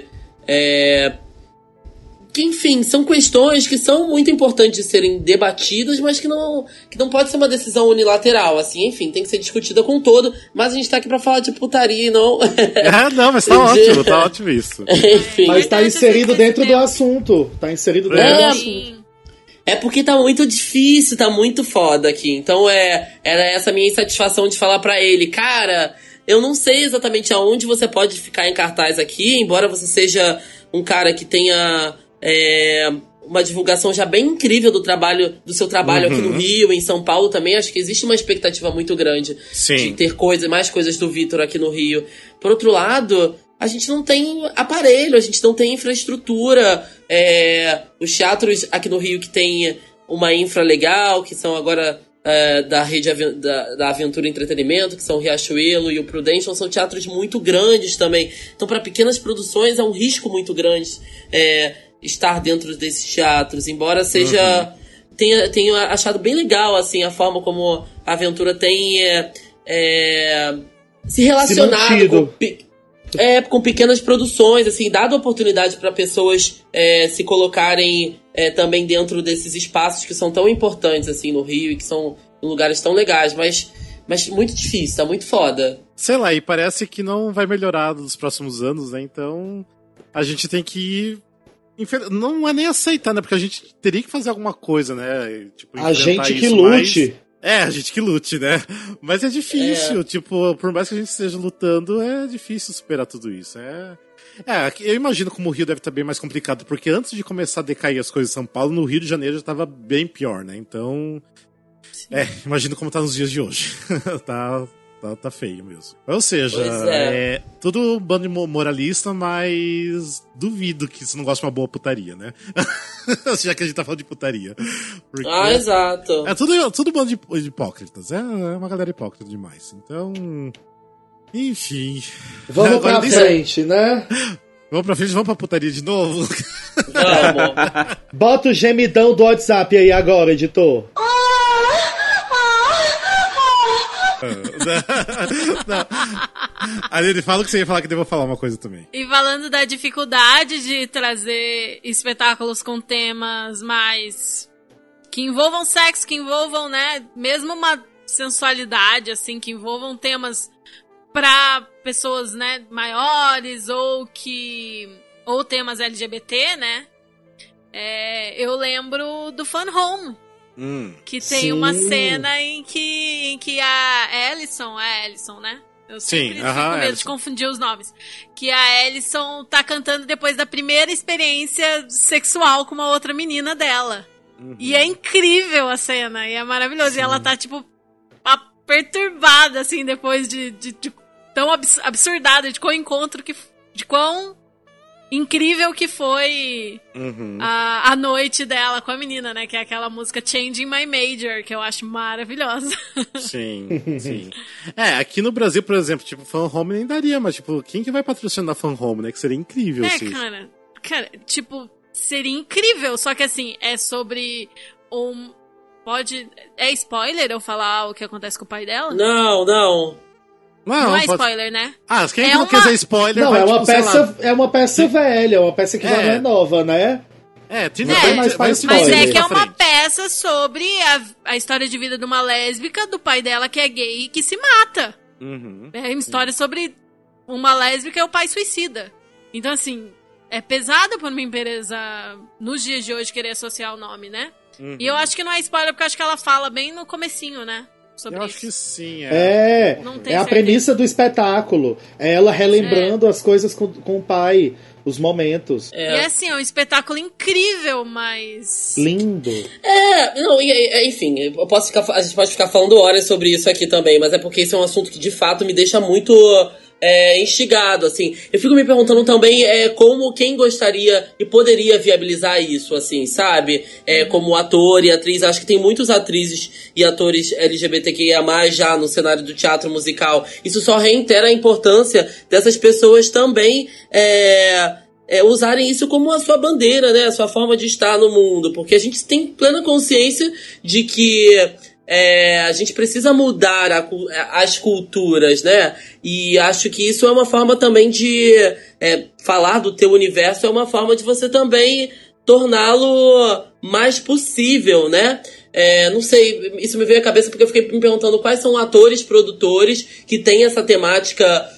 enfim, são questões que são muito importantes de serem debatidas, mas que não pode ser uma decisão unilateral, assim, enfim, tem que ser discutida com todo, mas a gente tá aqui pra falar de putaria e não... não, mas tá ótimo isso. Enfim. Mas tá inserido dentro do assunto, do assunto. É porque tá muito difícil, tá muito foda aqui, então era essa minha insatisfação de falar pra ele, cara, eu não sei exatamente aonde você pode ficar em cartaz aqui, embora você seja um cara que tenha... uma divulgação já bem incrível do seu trabalho aqui no Rio, em São Paulo também. Acho que existe uma expectativa muito grande de ter mais coisas do Vitor aqui no Rio. Por outro lado, a gente não tem aparelho, a gente não tem infraestrutura. Os teatros aqui no Rio que tem uma infra legal, que são agora da rede da Aventura Entretenimento, que são o Riachuelo e o Prudential, são teatros muito grandes também. Então, para pequenas produções, é um risco muito grande estar dentro desses teatros, embora seja... Tenho achado bem legal, assim, a forma como a Aventura tem se relacionado com pequenas produções, assim, dado a oportunidade para pessoas se colocarem também dentro desses espaços que são tão importantes, assim, no Rio, e que são lugares tão legais, mas muito difícil, tá muito foda. Sei lá, e parece que não vai melhorar nos próximos anos, né? Então, a gente tem que não é nem aceitar, né? Porque a gente teria que fazer alguma coisa, né? Tipo, a gente que lute. A gente que lute, né? Mas é difícil, tipo, por mais que a gente esteja lutando, é difícil superar tudo isso. Eu imagino como o Rio deve estar bem mais complicado, porque antes de começar a decair as coisas em São Paulo, no Rio de Janeiro já estava bem pior, né? Então, imagino como tá nos dias de hoje. Tá feio mesmo. Ou seja, tudo bando moralista, mas duvido que você não gosta de uma boa putaria, né? Já que a gente tá falando de putaria. Porque exato. É tudo bando de hipócritas. É uma galera hipócrita demais. Então, enfim. Vamos pra frente, né? Vamos pra frente, vamos pra putaria de novo? Vamos. Bota o gemidão do WhatsApp aí agora, editor. Não. Aline, fala o que você ia falar, que eu vou falar uma coisa também. E falando da dificuldade de trazer espetáculos com temas mais... que envolvam sexo, que envolvam, né, mesmo uma sensualidade, assim, que envolvam temas pra pessoas, né, maiores ou temas LGBT, né? Eu lembro do Fun Home. Que tem uma cena em que a Alison, né? Eu sempre fico com medo de confundir os nomes. Que a Alison tá cantando depois da primeira experiência sexual com uma outra menina dela. E é incrível a cena, e é maravilhoso. Sim. E ela tá, tipo, perturbada, assim, depois de tão absurdada, de quão incrível que foi a noite dela com a menina, né? Que é aquela música Changing My Major, que eu acho maravilhosa. Sim. Aqui no Brasil, por exemplo, tipo, Fun Home nem daria, mas, tipo, quem que vai patrocinar Fun Home, né? Que seria incrível, assim. Cara, tipo, seria incrível, só que, assim, é sobre É spoiler eu falar o que acontece com o pai dela? Não. Não é spoiler, né? Quem não quer dizer spoiler... Não, vai, é uma peça velha, uma peça que já não é nova, né? Mas é que é uma peça sobre a história de vida de uma lésbica, do pai dela que é gay e que se mata. É uma história sobre uma lésbica e o pai suicida. Então, assim, é pesado por uma empresa, nos dias de hoje, querer associar o nome, né? E eu acho que não é spoiler, porque eu acho que ela fala bem no comecinho, né? Eu acho que sim, é a premissa do espetáculo. É ela relembrando as coisas com o pai, os momentos. E assim, é um espetáculo incrível, mas... lindo. Enfim, a gente pode ficar falando horas sobre isso aqui também, mas é porque esse é um assunto que de fato me deixa muito... instigado, assim. Eu fico me perguntando também como quem gostaria e poderia viabilizar isso, assim, sabe? Como ator e atriz. Acho que tem muitos atrizes e atores LGBTQIA+, já no cenário do teatro musical. Isso só reitera a importância dessas pessoas também usarem isso como a sua bandeira, né? A sua forma de estar no mundo. Porque a gente tem plena consciência de que a gente precisa mudar as culturas, né? E acho que isso é uma forma também de falar do teu universo, é uma forma de você também torná-lo mais possível, né? Não sei, isso me veio à cabeça porque eu fiquei me perguntando quais são atores, produtores que têm essa temática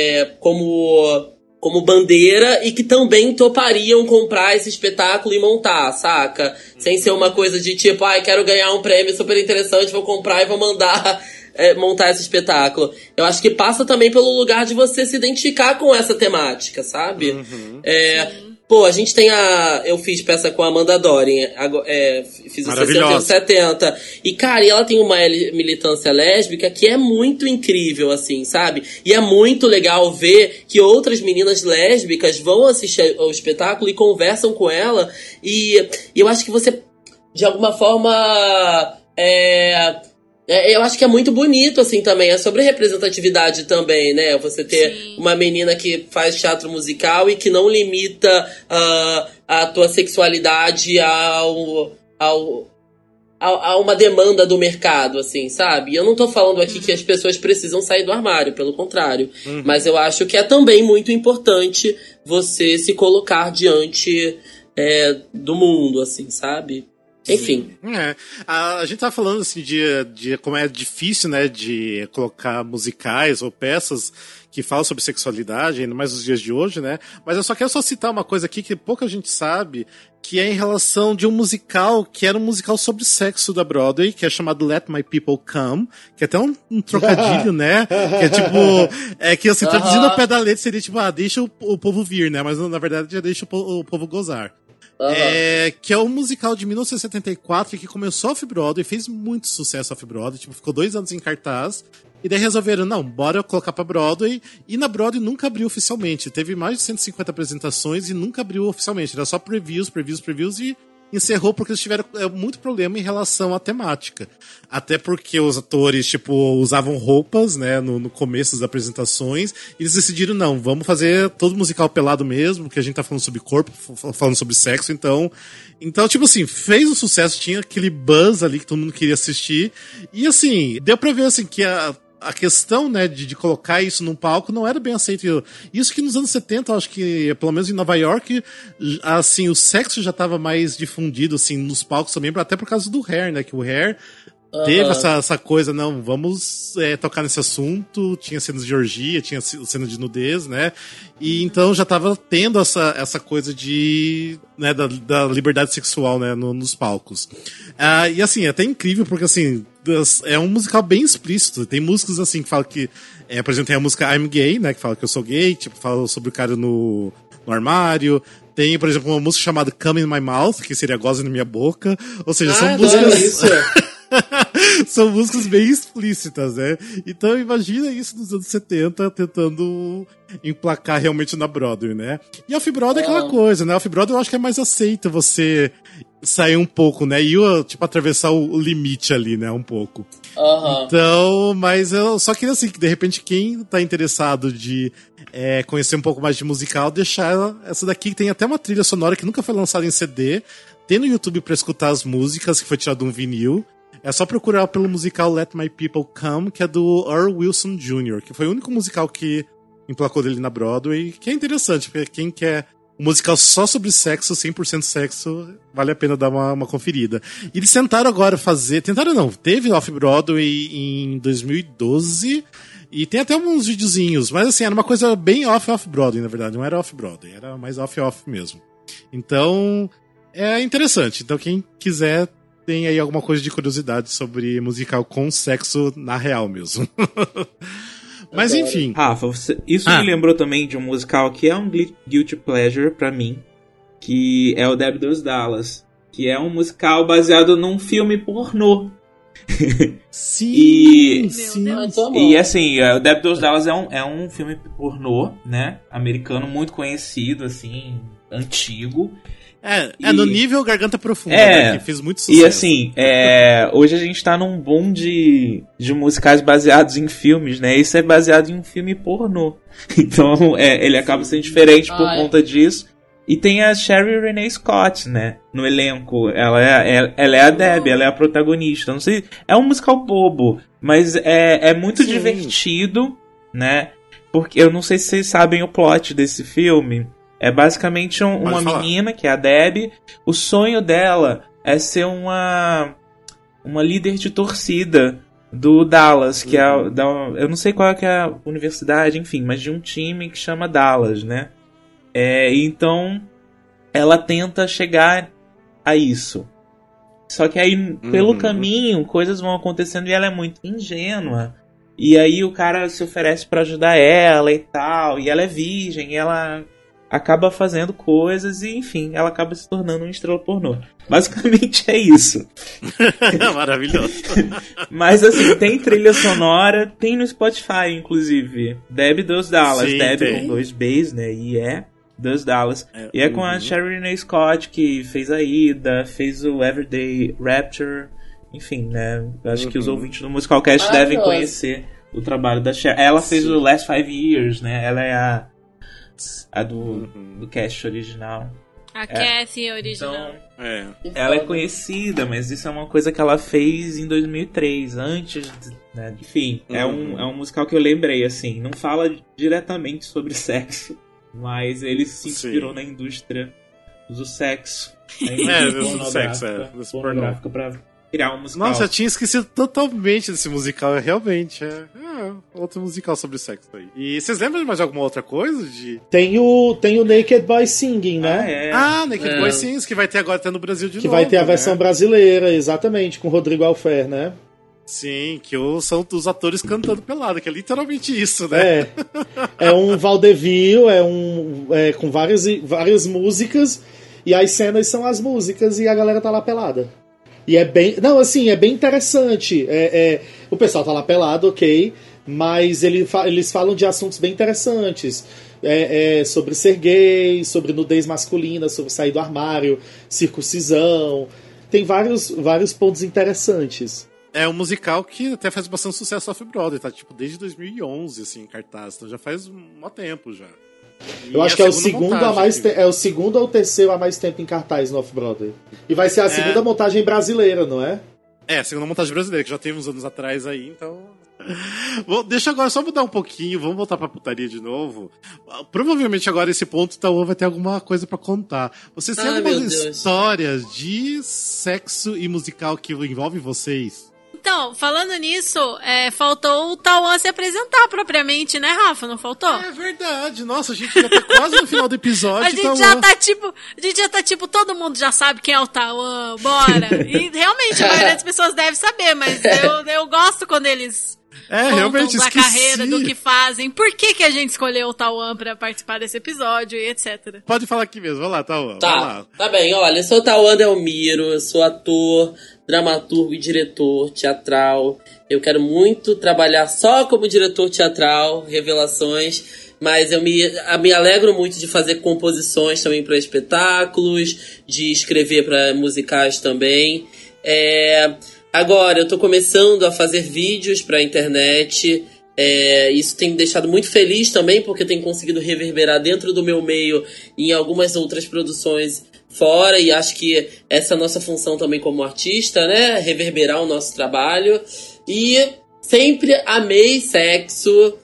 como bandeira e que também topariam comprar esse espetáculo e montar, saca? Sem ser uma coisa de tipo, quero ganhar um prêmio super interessante, vou comprar e vou mandar montar esse espetáculo. Eu acho que passa também pelo lugar de você se identificar com essa temática, sabe? A gente tem eu fiz peça com a Amanda Dorin, fiz o 60 70. E, cara, ela tem uma militância lésbica que é muito incrível, assim, sabe? E é muito legal ver que outras meninas lésbicas vão assistir ao espetáculo e conversam com ela. E eu acho que você, de alguma forma... eu acho que é muito bonito, assim, também. É sobre representatividade também, né? Você ter uma menina que faz teatro musical e que não limita a tua sexualidade a uma demanda do mercado, assim, sabe? E eu não tô falando aqui que as pessoas precisam sair do armário, pelo contrário. Mas eu acho que é também muito importante você se colocar diante do mundo, assim, sabe? Enfim. A gente tá falando assim de como é difícil, né, de colocar musicais ou peças que falam sobre sexualidade, ainda mais nos dias de hoje, né? Mas eu só quero citar uma coisa aqui que pouca gente sabe, que é em relação de um musical, que era um musical sobre sexo da Broadway, que é chamado Let My People Come, que é até um trocadilho, né? Que é tipo, que assim, traduzindo ao pé da letra seria tipo, deixa o povo vir, né? Mas na verdade já deixa o povo gozar. Que é um musical de 1974 que começou off-Broadway, fez muito sucesso off-Broadway, tipo, ficou 2 anos em cartaz, e daí resolveram, não, bora colocar pra Broadway, e na Broadway nunca abriu oficialmente, teve mais de 150 apresentações e nunca abriu oficialmente, era só previews, e encerrou porque eles tiveram muito problema em relação à temática. Até porque os atores, tipo, usavam roupas, né, no começo das apresentações, e eles decidiram, não, vamos fazer todo musical pelado mesmo, porque a gente tá falando sobre corpo, falando sobre sexo, então, tipo assim, fez um sucesso, tinha aquele buzz ali que todo mundo queria assistir, e assim, deu pra ver, assim, que a questão, né, de colocar isso num palco não era bem aceito. Isso que nos anos 70, acho que, pelo menos em Nova York, assim, o sexo já estava mais difundido, assim, nos palcos também, até por causa do Hair, né, que o Hair teve essa coisa, não, vamos tocar nesse assunto, tinha cenas de orgia, tinha cena de nudez, né, e então já estava tendo essa coisa de, né, da liberdade sexual, né, nos palcos. E assim, é até incrível, porque assim, é um musical bem explícito, tem músicas assim que falam que, por exemplo, tem a música I'm Gay, né, que fala que eu sou gay, tipo, fala sobre o cara no armário. Tem, por exemplo, uma música chamada Come in My Mouth, que seria Goza na Minha Boca, ou seja, são músicas... São músicas bem explícitas, né? Então imagina isso nos anos 70 tentando emplacar realmente na Broadway, né? E Off-Broadway é aquela coisa, né? Off-Broadway eu acho que é mais aceito você sair um pouco, né? E tipo, atravessar o limite ali, né? Um pouco. Então, mas eu só queria assim, que de repente quem tá interessado de conhecer um pouco mais de musical, deixar essa daqui, que tem até uma trilha sonora que nunca foi lançada em CD, tem no YouTube pra escutar as músicas, que foi tirado de um vinil. É só procurar pelo musical Let My People Come, que é do Earl Wilson Jr., que foi o único musical que emplacou dele na Broadway, que é interessante, porque quem quer um musical só sobre sexo, 100% sexo, vale a pena dar uma conferida. E eles tentaram agora teve Off-Broadway em 2012, e tem até uns videozinhos, mas assim, era uma coisa bem off-Broadway, na verdade, não era off-Broadway, era mais off-off mesmo. Então, é interessante. Então, quem quiser, tem aí alguma coisa de curiosidade sobre musical com sexo na real mesmo. Mas enfim. Rafa, isso me lembrou também de um musical que é um guilty pleasure pra mim, que é o Debbie Does Dallas, que é um musical baseado num filme pornô. Sim, e assim, o Debbie Does Dallas é um filme pornô, né, americano, muito conhecido, assim, antigo. No nível Garganta Profunda, né, que fez muito sucesso. E assim, hoje a gente tá num boom de musicais baseados em filmes, né? Isso é baseado em um filme pornô. Então, ele acaba sendo diferente por conta disso. E tem a Sherry Renee Scott, né? No elenco. Ela é a Debbie, ela é a protagonista. Não sei, é um musical bobo, mas é muito divertido, né? Porque eu não sei se vocês sabem o plot desse filme. É basicamente uma menina, que é a Debbie. O sonho dela é ser uma líder de torcida do Dallas, que eu não sei qual que é a universidade, enfim, mas de um time que chama Dallas, né? Então, ela tenta chegar a isso. Só que aí, pelo caminho, coisas vão acontecendo e ela é muito ingênua. E aí o cara se oferece pra ajudar ela e tal, e ela é virgem, e ela acaba fazendo coisas e, enfim, ela acaba se tornando uma estrela pornô. Basicamente é isso. Maravilhoso. Mas, assim, tem trilha sonora, tem no Spotify, inclusive. Debbie Does Dallas. Sim, Debbie com 2 B's, né? E Does Dallas. E é com a Sherry Renee Scott, que fez a Ida, fez o Everyday Rapture. Enfim, né? Acho que os ouvintes do Musicalcast devem conhecer o trabalho da Sherry. Ela fez o Last 5 Years, né? Ela é a do cast original. A Kathy original. Então, ela é conhecida, mas isso é uma coisa que ela fez em 2003, antes, né? Enfim, é um musical que eu lembrei, assim. Não fala diretamente sobre sexo, mas ele se inspirou na indústria uso sexo. Uso sexo, pornográfica pra criar um musical. Nossa, eu tinha esquecido totalmente desse musical, realmente. Outro musical sobre sexo aí. E vocês lembram de mais alguma outra coisa? Tem o Naked Boy Singing, né? Naked Boy Singing, que vai ter agora até no Brasil de novo. Que vai ter a versão brasileira, exatamente, com o Rodrigo Alfer, né? Sim, que são os atores cantando pelado, que é literalmente isso, né? É um vaudeville, com várias músicas, e as cenas são as músicas e a galera tá lá pelada. E é bem... Não, assim, é bem interessante. O pessoal tá lá pelado, ok, mas eles falam de assuntos bem interessantes. Sobre ser gay, sobre nudez masculina, sobre sair do armário, circuncisão. Tem vários pontos interessantes. É um musical que até faz bastante sucesso off-Broadway, tá? Tipo, desde 2011, assim, em cartaz. Então já faz um tempo já. Eu acho que é o segundo ou o terceiro a mais tempo em cartaz no Off-Broadway. E vai ser a segunda montagem brasileira, não é? A segunda montagem brasileira, que já teve uns anos atrás aí, então... Deixa agora só mudar um pouquinho, vamos voltar pra putaria de novo. Provavelmente agora esse ponto o Tauan vai ter alguma coisa pra contar. Vocês têm algumas histórias de sexo e musical que envolvem vocês? Então, falando nisso, faltou o Tauan se apresentar propriamente, né, Rafa? Não faltou? É verdade. Nossa, a gente já tá quase no final do episódio. A gente já tá tipo, todo mundo já sabe quem é o Tauan, bora. E realmente, a maioria das pessoas deve saber, mas eu gosto quando eles realmente da carreira, do que fazem. Por que a gente escolheu o Tauan pra participar desse episódio e etc. Pode falar aqui mesmo. Vai lá, Tauan. Tá bem. Olha, eu sou o Tauan Delmiro, eu sou ator, dramaturgo e diretor teatral. Eu quero muito trabalhar só como diretor teatral, revelações, mas eu me alegro muito de fazer composições também para espetáculos, de escrever para musicais também. Agora eu tô começando a fazer vídeos pra internet. Isso tem me deixado muito feliz também, porque eu tenho conseguido reverberar dentro do meu meio em algumas outras produções fora, e acho que essa é a nossa função também como artista, né? Reverberar o nosso trabalho. E sempre amei sexo,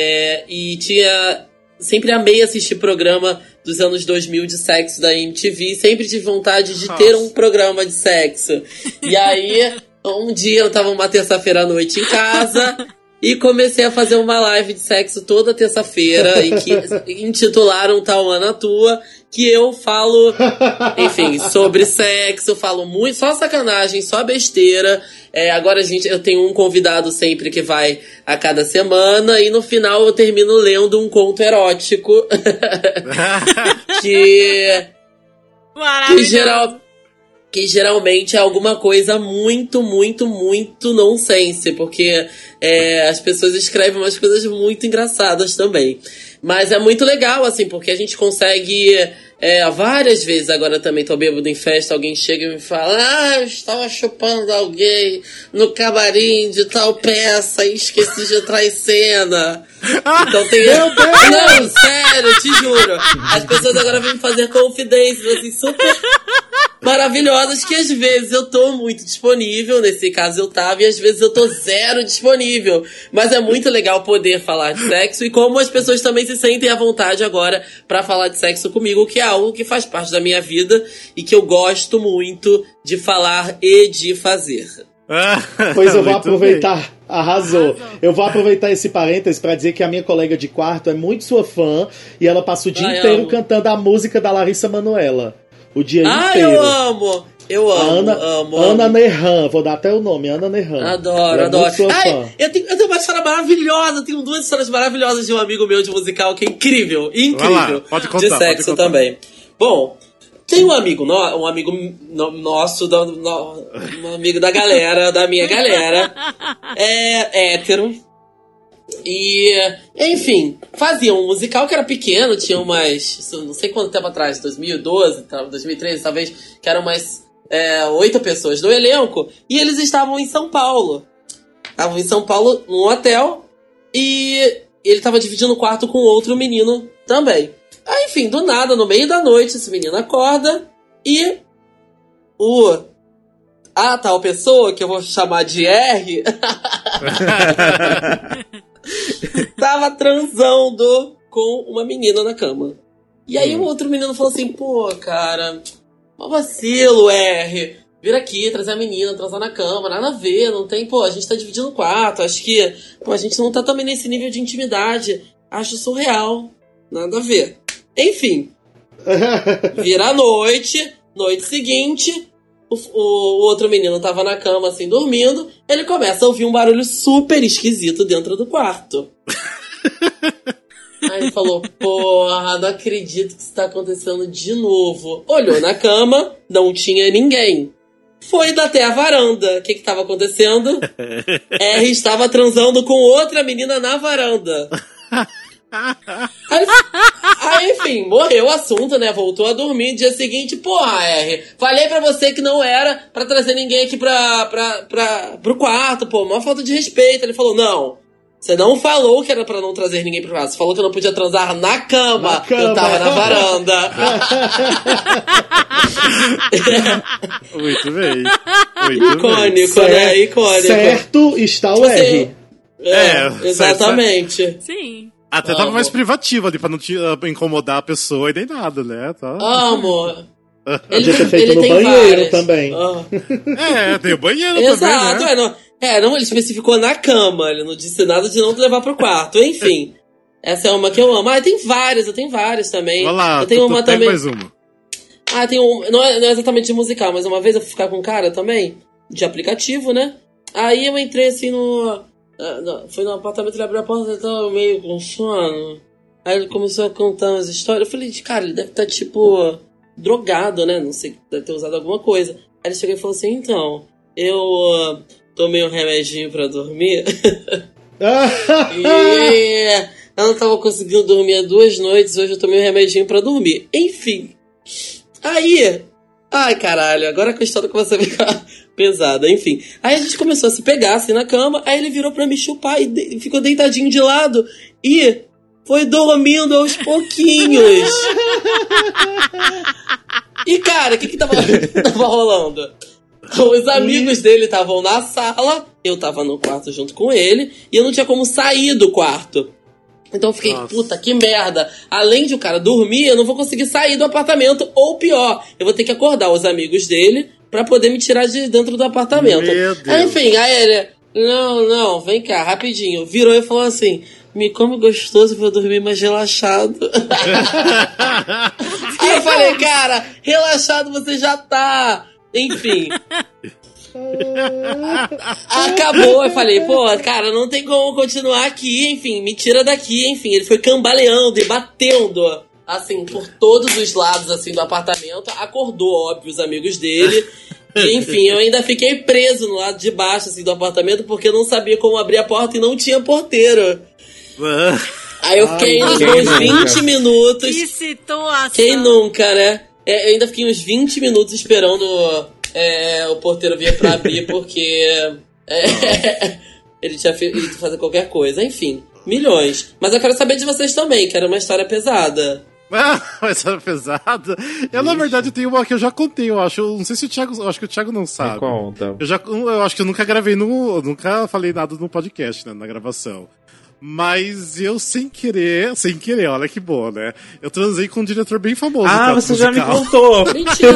sempre amei assistir programa dos anos 2000 de sexo da MTV, sempre tive vontade de ter um programa de sexo. E aí, um dia eu tava uma terça-feira à noite em casa e comecei a fazer uma live de sexo toda terça-feira, e que intitularam Tauan Atua, que eu falo, enfim, sobre sexo, falo muito, só sacanagem, só besteira. Agora eu tenho um convidado sempre que vai a cada semana, e no final eu termino lendo um conto erótico que geralmente é alguma coisa muito, muito, muito nonsense, porque as pessoas escrevem umas coisas muito engraçadas também. Mas é muito legal, assim, porque a gente consegue... várias vezes, agora também tô bêbado em festa, alguém chega e me fala: eu estava chupando alguém no camarim de tal peça e esqueci de entrar em cena. Então tem... Não, sério, te juro. As pessoas agora vêm me fazer confidências, assim, super maravilhosas, que às vezes eu tô muito disponível, nesse caso eu tava, e às vezes eu tô zero disponível. Mas é muito legal poder falar de sexo, e como as pessoas também se sentem à vontade agora pra falar de sexo comigo, que é algo que faz parte da minha vida e que eu gosto muito de falar e de fazer. Pois eu vou aproveitar. Arrasou. Eu vou aproveitar esse parênteses pra dizer que a minha colega de quarto é muito sua fã, e ela passa o dia inteiro cantando a música da Larissa Manoela. O dia inteiro. Eu amo. Ana Nerhan, vou dar até o nome, Ana Nerhan. Adoro. Eu tenho uma história maravilhosa, tenho 2 histórias maravilhosas de um amigo meu de musical que é incrível. Pode contar, de sexo também. Bom, tem um amigo nosso, um amigo da galera, da minha galera, hétero. E, enfim, fazia um musical que era pequeno, tinha umas, não sei quanto tempo atrás, 2012, 2013 talvez, que eram umas 8 pessoas do elenco, e eles estavam em São Paulo. Estavam em São Paulo, num hotel, e ele estava dividindo o quarto com outro menino também. Aí, enfim, do nada, no meio da noite, esse menino acorda, e a tal pessoa, que eu vou chamar de R... tava transando com uma menina na cama. E aí o outro menino falou assim, pô, cara, um vacilo, R. Vir aqui, trazer a menina, transar na cama, nada a ver, não tem, pô, a gente tá dividindo o quarto, acho que, pô, a gente não tá também nesse nível de intimidade. Acho surreal, nada a ver. Enfim, vira a noite seguinte, o outro menino tava na cama, assim, dormindo, ele começa a ouvir um barulho super esquisito dentro do quarto. Aí ele falou, porra, não acredito que isso tá acontecendo de novo. Olhou na cama, não tinha ninguém. Foi até a varanda. O que tava acontecendo? R estava transando com outra menina na varanda. Aí, enfim, morreu o assunto, né? Voltou a dormir. Dia seguinte, porra, R, falei pra você que não era pra trazer ninguém aqui pro quarto, pô, uma falta de respeito. Ele falou, não, você não falou que era pra não trazer ninguém pro quarto. Você falou que eu não podia transar na cama. Eu tava na varanda. Muito bem. Icônico, né? Icônico. Certo está o R. Exatamente. Certo. Sim. Até tava mais privativo ali, pra não te incomodar a pessoa e nem nada, né? Tá. Amor. Podia ter feito no banheiro também. Tem o banheiro Exato, também, né? não, ele especificou na cama, ele não disse nada de não te levar pro quarto. Enfim, essa é uma que eu amo. Eu tenho várias também. Vai lá, eu tenho uma também. Mais uma. Não é exatamente de musical, mas uma vez eu fui ficar com um cara também, de aplicativo, né? Aí eu entrei assim foi no apartamento, ele abriu a porta, eu tava meio com sono. Aí ele começou a contar umas histórias. Eu falei, cara, ele deve estar tipo drogado, né? Não sei, deve ter usado alguma coisa. Aí ele chegou e falou assim, então, eu tomei um remedinho pra dormir. E eu não tava conseguindo dormir há 2 noites, hoje eu tomei um remedinho pra dormir. Enfim. Aí, ai caralho, agora que a história começa a ficar pesada, enfim. Aí a gente começou a se pegar assim na cama, aí ele virou pra me chupar e ficou deitadinho de lado e foi dormindo aos pouquinhos. E cara, o que tava rolando? Os amigos dele estavam na sala, eu tava no quarto junto com ele, e eu não tinha como sair do quarto. Então eu fiquei, puta, que merda. Além de o cara dormir, eu não vou conseguir sair do apartamento. Ou pior, eu vou ter que acordar os amigos dele pra poder me tirar de dentro do apartamento. Meu Deus. Aí, enfim, aí ele, não, vem cá, rapidinho. Virou e falou assim, me come gostoso pra eu dormir mais relaxado. Aí eu falei, cara, relaxado você já tá. Enfim. Acabou, eu falei, pô, cara, não tem como continuar aqui, enfim, me tira daqui, enfim. Ele foi cambaleando e batendo, assim, por todos os lados, assim, do apartamento. Acordou, óbvio, os amigos dele. E, enfim, eu ainda fiquei preso no lado de baixo, assim, do apartamento, porque eu não sabia como abrir a porta e não tinha porteiro. Aí eu fiquei uns 20 minutos. Que situação. Quem nunca, né? Eu ainda fiquei uns 20 minutos esperando o porteiro vir pra abrir, porque ele tinha feito fazer qualquer coisa. Enfim, milhões. Mas eu quero saber de vocês também, que era uma história pesada. Uma história pesada? Eu, na verdade, tenho uma que eu já contei, eu acho. Não sei se o Thiago... Eu acho que o Thiago não sabe. Me conta. Eu acho que eu nunca gravei nunca falei nada no podcast, né, na gravação. Mas eu, sem querer, olha que boa, né? Eu transei com um diretor bem famoso. Você já me contou. Mentira!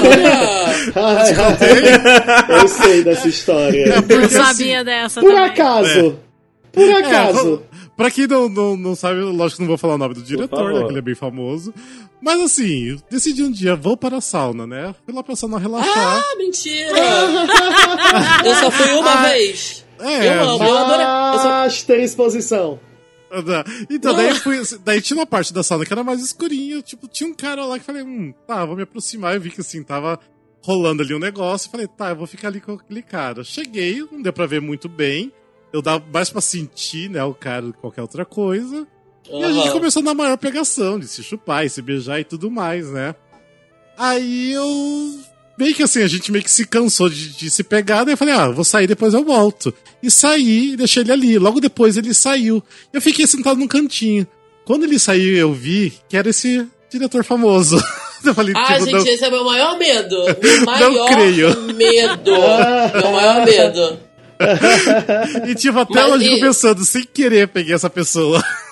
Eu sei dessa história. Eu sabia dessa Por também. acaso. Pra quem não sabe, lógico que não vou falar o nome do diretor, né? Que ele é bem famoso. Mas assim, eu decidi um dia, vou para a sauna, né? Fui lá pra sauna relaxar. Mentira! Eu só fui uma vez. Eu amo, eu adoro. Basta exposição. Então, daí tinha uma parte da sauna que era mais escurinha. Tipo, tinha um cara lá que falei, vou me aproximar. Eu vi que assim, tava rolando ali um negócio. Falei, eu vou ficar ali com aquele cara. Cheguei, não deu pra ver muito bem. Eu dava mais pra sentir, né, o cara, qualquer outra coisa. E a gente começou na maior pegação, de se chupar e se beijar e tudo mais, né? Aí eu... Meio que assim, a gente meio que se cansou de se pegar, daí eu falei, vou sair, depois eu volto. E saí e deixei ele ali. Logo depois ele saiu. Eu fiquei sentado num cantinho. Quando ele saiu, eu vi que era esse diretor famoso. Eu falei, gente, esse é meu maior medo. Meu maior medo. Meu maior medo. E até hoje eu pensando, sem querer peguei essa pessoa.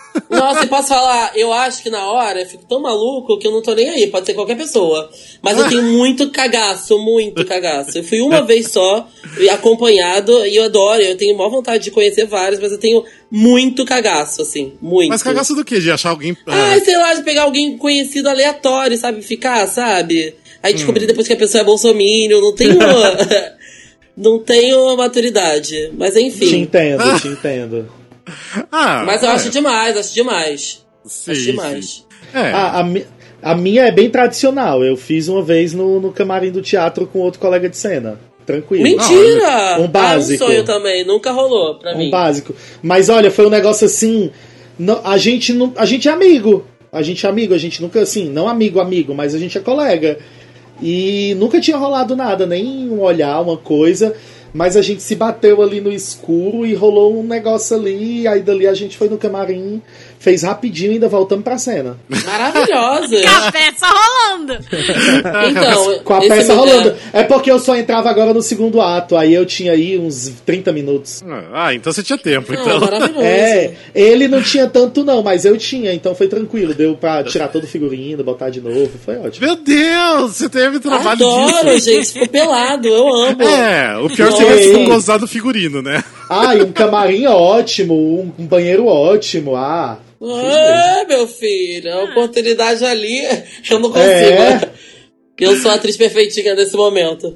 Nossa, e posso falar, eu acho que na hora eu fico tão maluco que eu não tô nem aí, pode ser qualquer pessoa. Mas eu tenho muito cagaço. Eu fui uma vez só, acompanhado, e eu adoro, eu tenho maior vontade de conhecer vários, mas eu tenho muito cagaço, assim, muito. Mas cagaço do quê? De achar alguém... Sei lá, de pegar alguém conhecido aleatório, sabe? Ficar, sabe? Aí descobrir depois que a pessoa é bolsominion, não tenho maturidade. Mas enfim. Te entendo. Mas eu acho demais. Sim, acho demais. Sim. A minha é bem tradicional. Eu fiz uma vez no camarim do teatro com outro colega de cena. Tranquilo. Mentira! Um básico. Um sonho também, nunca rolou pra mim. Um básico. Mas olha, foi um negócio assim... a gente é amigo. A gente nunca, assim, não amigo, mas a gente é colega. E nunca tinha rolado nada, nem um olhar, uma coisa... Mas a gente se bateu ali no escuro e rolou um negócio ali. E aí dali a gente foi no camarim, fez rapidinho e ainda voltamos pra cena. Maravilhosa! Com a peça rolando! Então, com a peça rolando. É porque eu só entrava agora no segundo ato. Aí eu tinha aí uns 30 minutos. Então você tinha tempo, então. Maravilhoso. Ele não tinha tanto não, mas eu tinha. Então foi tranquilo. Deu pra tirar todo o figurino, botar de novo. Foi ótimo. Meu Deus! Você teve trabalho disso. Adoro, gente. Ficou pelado. Eu amo. O pior é que não gozar do figurino, né? E um camarim ótimo, um banheiro ótimo. Meu filho, a oportunidade ali, eu não consigo. Eu sou a atriz perfeitinha nesse momento.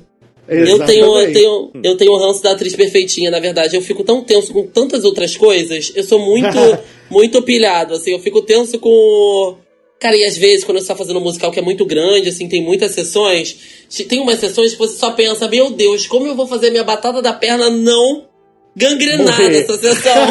Eu tenho o ranço da atriz perfeitinha, na verdade. Eu fico tão tenso com tantas outras coisas. Eu sou muito pilhado, assim. Eu fico tenso com... Cara, e às vezes, quando você tá fazendo um musical que é muito grande, assim, tem muitas sessões, tem umas sessões que você só pensa, meu Deus, como eu vou fazer minha batata da perna não gangrenar nessa sessão?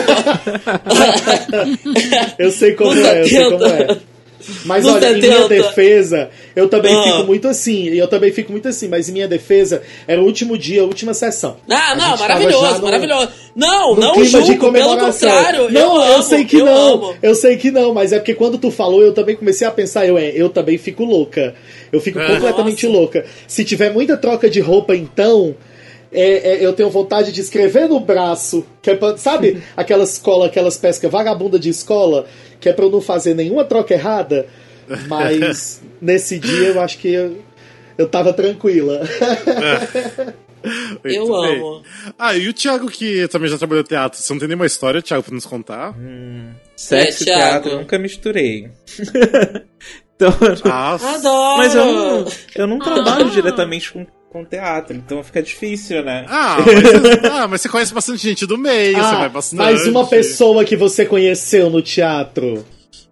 Eu sei como é. Mas olha, em minha defesa, eu também fico muito assim. Mas em minha defesa, era o último dia, a última sessão. Não, maravilhoso. Não clima julgo, de comemoração. Pelo contrário. Eu sei que não, mas é porque quando tu falou, eu também comecei a pensar, eu também fico louca. Eu fico completamente louca. Se tiver muita troca de roupa, então... eu tenho vontade de escrever no braço, que é pra, sabe, aquelas pescas vagabunda de escola, que é pra eu não fazer nenhuma troca errada, mas nesse dia eu acho que eu tava tranquila. Eu amo. E o Thiago, que também já trabalhou no teatro, você não tem nenhuma história, Thiago, pra nos contar? Sexo e teatro eu nunca misturei. Então, adoro! Mas eu não trabalho diretamente com teatro, então fica difícil, né? Mas você conhece bastante gente do meio, você vai bastante. Mais uma pessoa que você conheceu no teatro.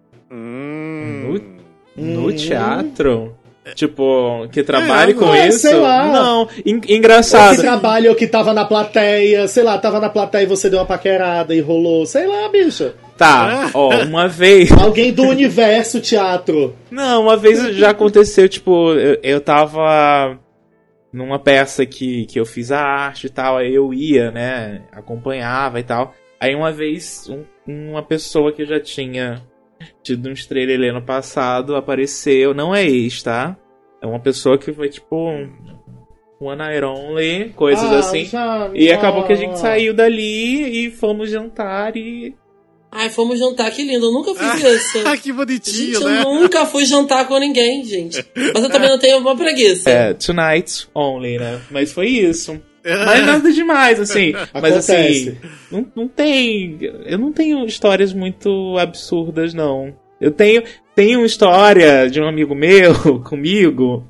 No teatro? Tipo, que trabalhe com isso? Sei lá. Não, engraçado. Ou que trabalha ou que tava na plateia, sei lá, tava na plateia e você deu uma paquerada e rolou, sei lá, bicho. Tá, uma vez... Alguém do universo teatro. Não, uma vez já aconteceu, tipo, eu tava... numa peça que eu fiz a arte e tal, aí eu ia, né, acompanhava e tal. Aí uma vez, uma pessoa que já tinha tido um estrelelê no passado apareceu, não é ex, tá? É uma pessoa que foi, tipo, one night only, coisas assim. E acabou que a gente saiu dali e fomos jantar e... fomos jantar, que lindo, eu nunca fiz isso. Que bonitinho, gente, né? Eu nunca fui jantar com ninguém, gente. Mas eu também não tenho uma preguiça. Tonight only, né? Mas foi isso. Mas nada demais, assim. Mas assim, não tem... Eu não tenho histórias muito absurdas, não. Eu tenho uma história de um amigo meu, comigo...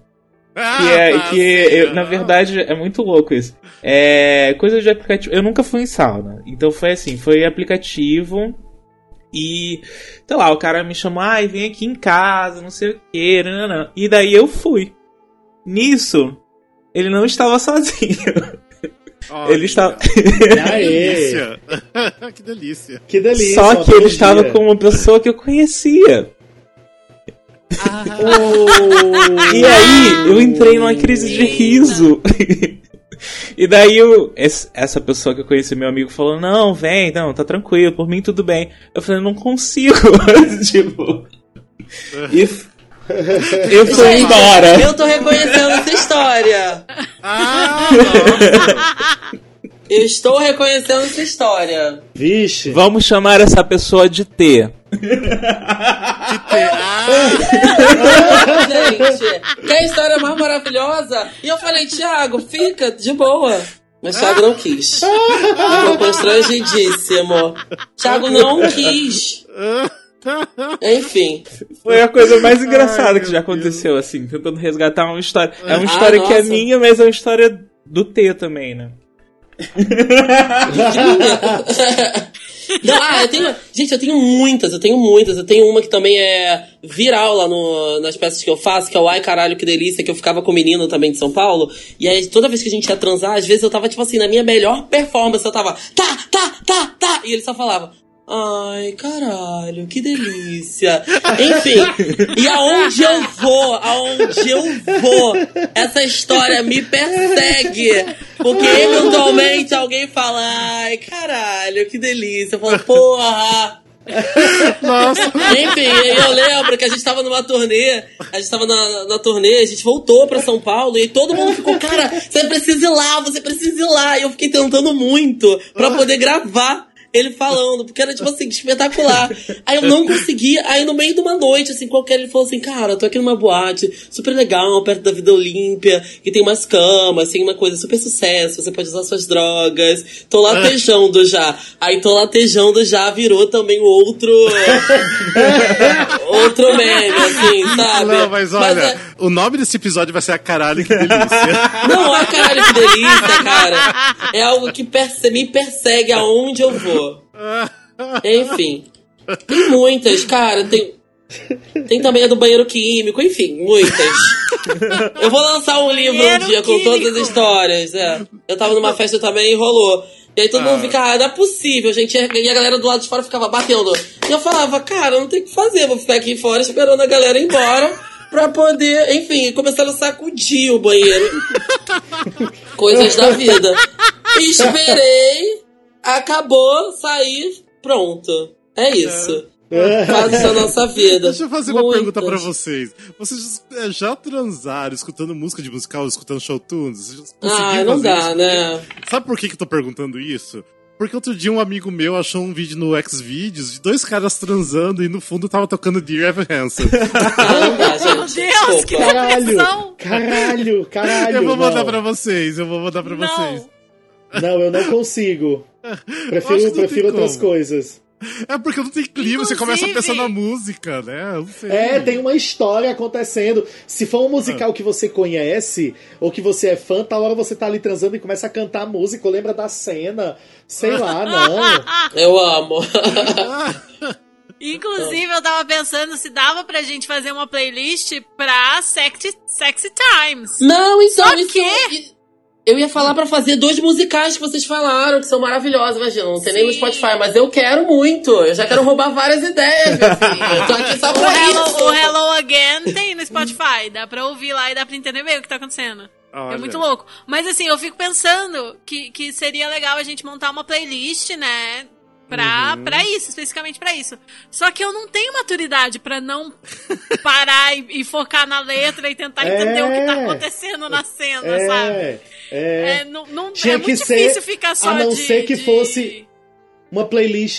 na verdade, é muito louco isso. Coisa de aplicativo. Eu nunca fui em sauna. Então foi assim, foi aplicativo. E, sei lá, o cara me chamou, vem aqui em casa, não sei o que, não. E daí eu fui. Nisso, ele não estava sozinho. Ele estava... Que delícia. Que delícia. Só que ele estava com uma pessoa que eu conhecia. E aí eu entrei numa crise de riso. E daí essa pessoa que eu conheci, meu amigo, falou, não, tá tranquilo, por mim tudo bem. Eu falei, não consigo. Tipo, eu fui embora. Eu tô reconhecendo essa história. Eu estou reconhecendo essa história. Vixe. Vamos chamar essa pessoa de T. Gente, que a história mais maravilhosa. E eu falei, Thiago, fica de boa. Mas Thiago não quis. Ficou constrangidíssimo. Thiago não quis. Enfim. Foi a coisa mais engraçada que já aconteceu, assim, tentando resgatar uma história. É uma história que é minha, mas é uma história do T também, né? Não, eu tenho muitas. Eu tenho uma que também é viral lá nas peças que eu faço, que é o Ai Caralho Que Delícia, que eu ficava com o menino também de São Paulo. E aí, toda vez que a gente ia transar, às vezes eu tava, tipo assim, na minha melhor performance, eu tava tá, e ele só falava, ai, caralho, que delícia. Enfim, e aonde eu vou, essa história me persegue. Porque eventualmente alguém fala, ai, caralho, que delícia. Eu falo, porra. Nossa. Enfim, eu lembro que a gente tava numa turnê, na turnê, a gente voltou pra São Paulo e aí todo mundo ficou, cara, você precisa ir lá. E eu fiquei tentando muito pra poder gravar ele falando, porque era, tipo assim, espetacular. Aí eu não conseguia, aí no meio de uma noite, assim, qualquer, ele falou assim, cara, eu tô aqui numa boate super legal, perto da Vida Olímpia, que tem umas camas, tem uma coisa super sucesso, você pode usar suas drogas. Tô latejando já. Aí tô latejando já, virou também outro meme, assim, sabe? Não, mas olha, o nome desse episódio vai ser A Caralho Que Delícia. Não é Caralho Que Delícia, cara. É algo que me persegue aonde eu vou. Enfim. Tem muitas, cara. Tem também a do banheiro químico. Enfim, muitas. Eu vou lançar um livro um dia com todas as histórias. Eu tava numa festa também e rolou. E aí todo mundo fica, não é possível, gente. E a galera do lado de fora ficava batendo. E eu falava, cara, não tem o que fazer. Vou ficar aqui fora esperando a galera ir embora pra poder, enfim, começar a sacudir o banheiro. Coisas da vida. Esperei. Acabou, saí, pronto. É isso. Fatos da nossa vida. Deixa eu fazer uma pergunta pra vocês. Vocês já transaram escutando música de musical, escutando showtunes? Vocês conseguiram não fazer dá, isso? né? Sabe por que eu tô perguntando isso? Porque outro dia um amigo meu achou um vídeo no Xvideos de 2 caras transando e no fundo tava tocando Dear Evan Hansen. Não dá, gente. Meu Deus, que depressão! Caralho. Eu vou mandar pra vocês, vocês. Não, eu não consigo. Prefiro outras coisas. É porque não tem clima, você começa a pensar na música, né? Não sei. Tem uma história acontecendo. Se for um musical que você conhece, ou que você é fã, tal hora você tá ali transando e começa a cantar a música, ou lembra da cena. Sei lá, não. Eu amo. Inclusive, eu tava pensando se dava pra gente fazer uma playlist pra Sexy Times. Não, então Só que... Eu ia falar pra fazer 2 musicais que vocês falaram, que são maravilhosos, imagina, não tem nem no Spotify, mas eu quero muito. Eu já quero roubar várias ideias, meu filho. Eu tô aqui só pra isso. O Hello Again tem no Spotify, dá pra ouvir lá e dá pra entender bem o que tá acontecendo. Olha. É muito louco. Mas assim, eu fico pensando que seria legal a gente montar uma playlist, né? Pra isso, especificamente pra isso. Só que eu não tenho maturidade pra não parar e focar na letra e tentar entender o que tá acontecendo na cena, sabe? Tinha é muito difícil ficar só a não ser que fosse uma playlist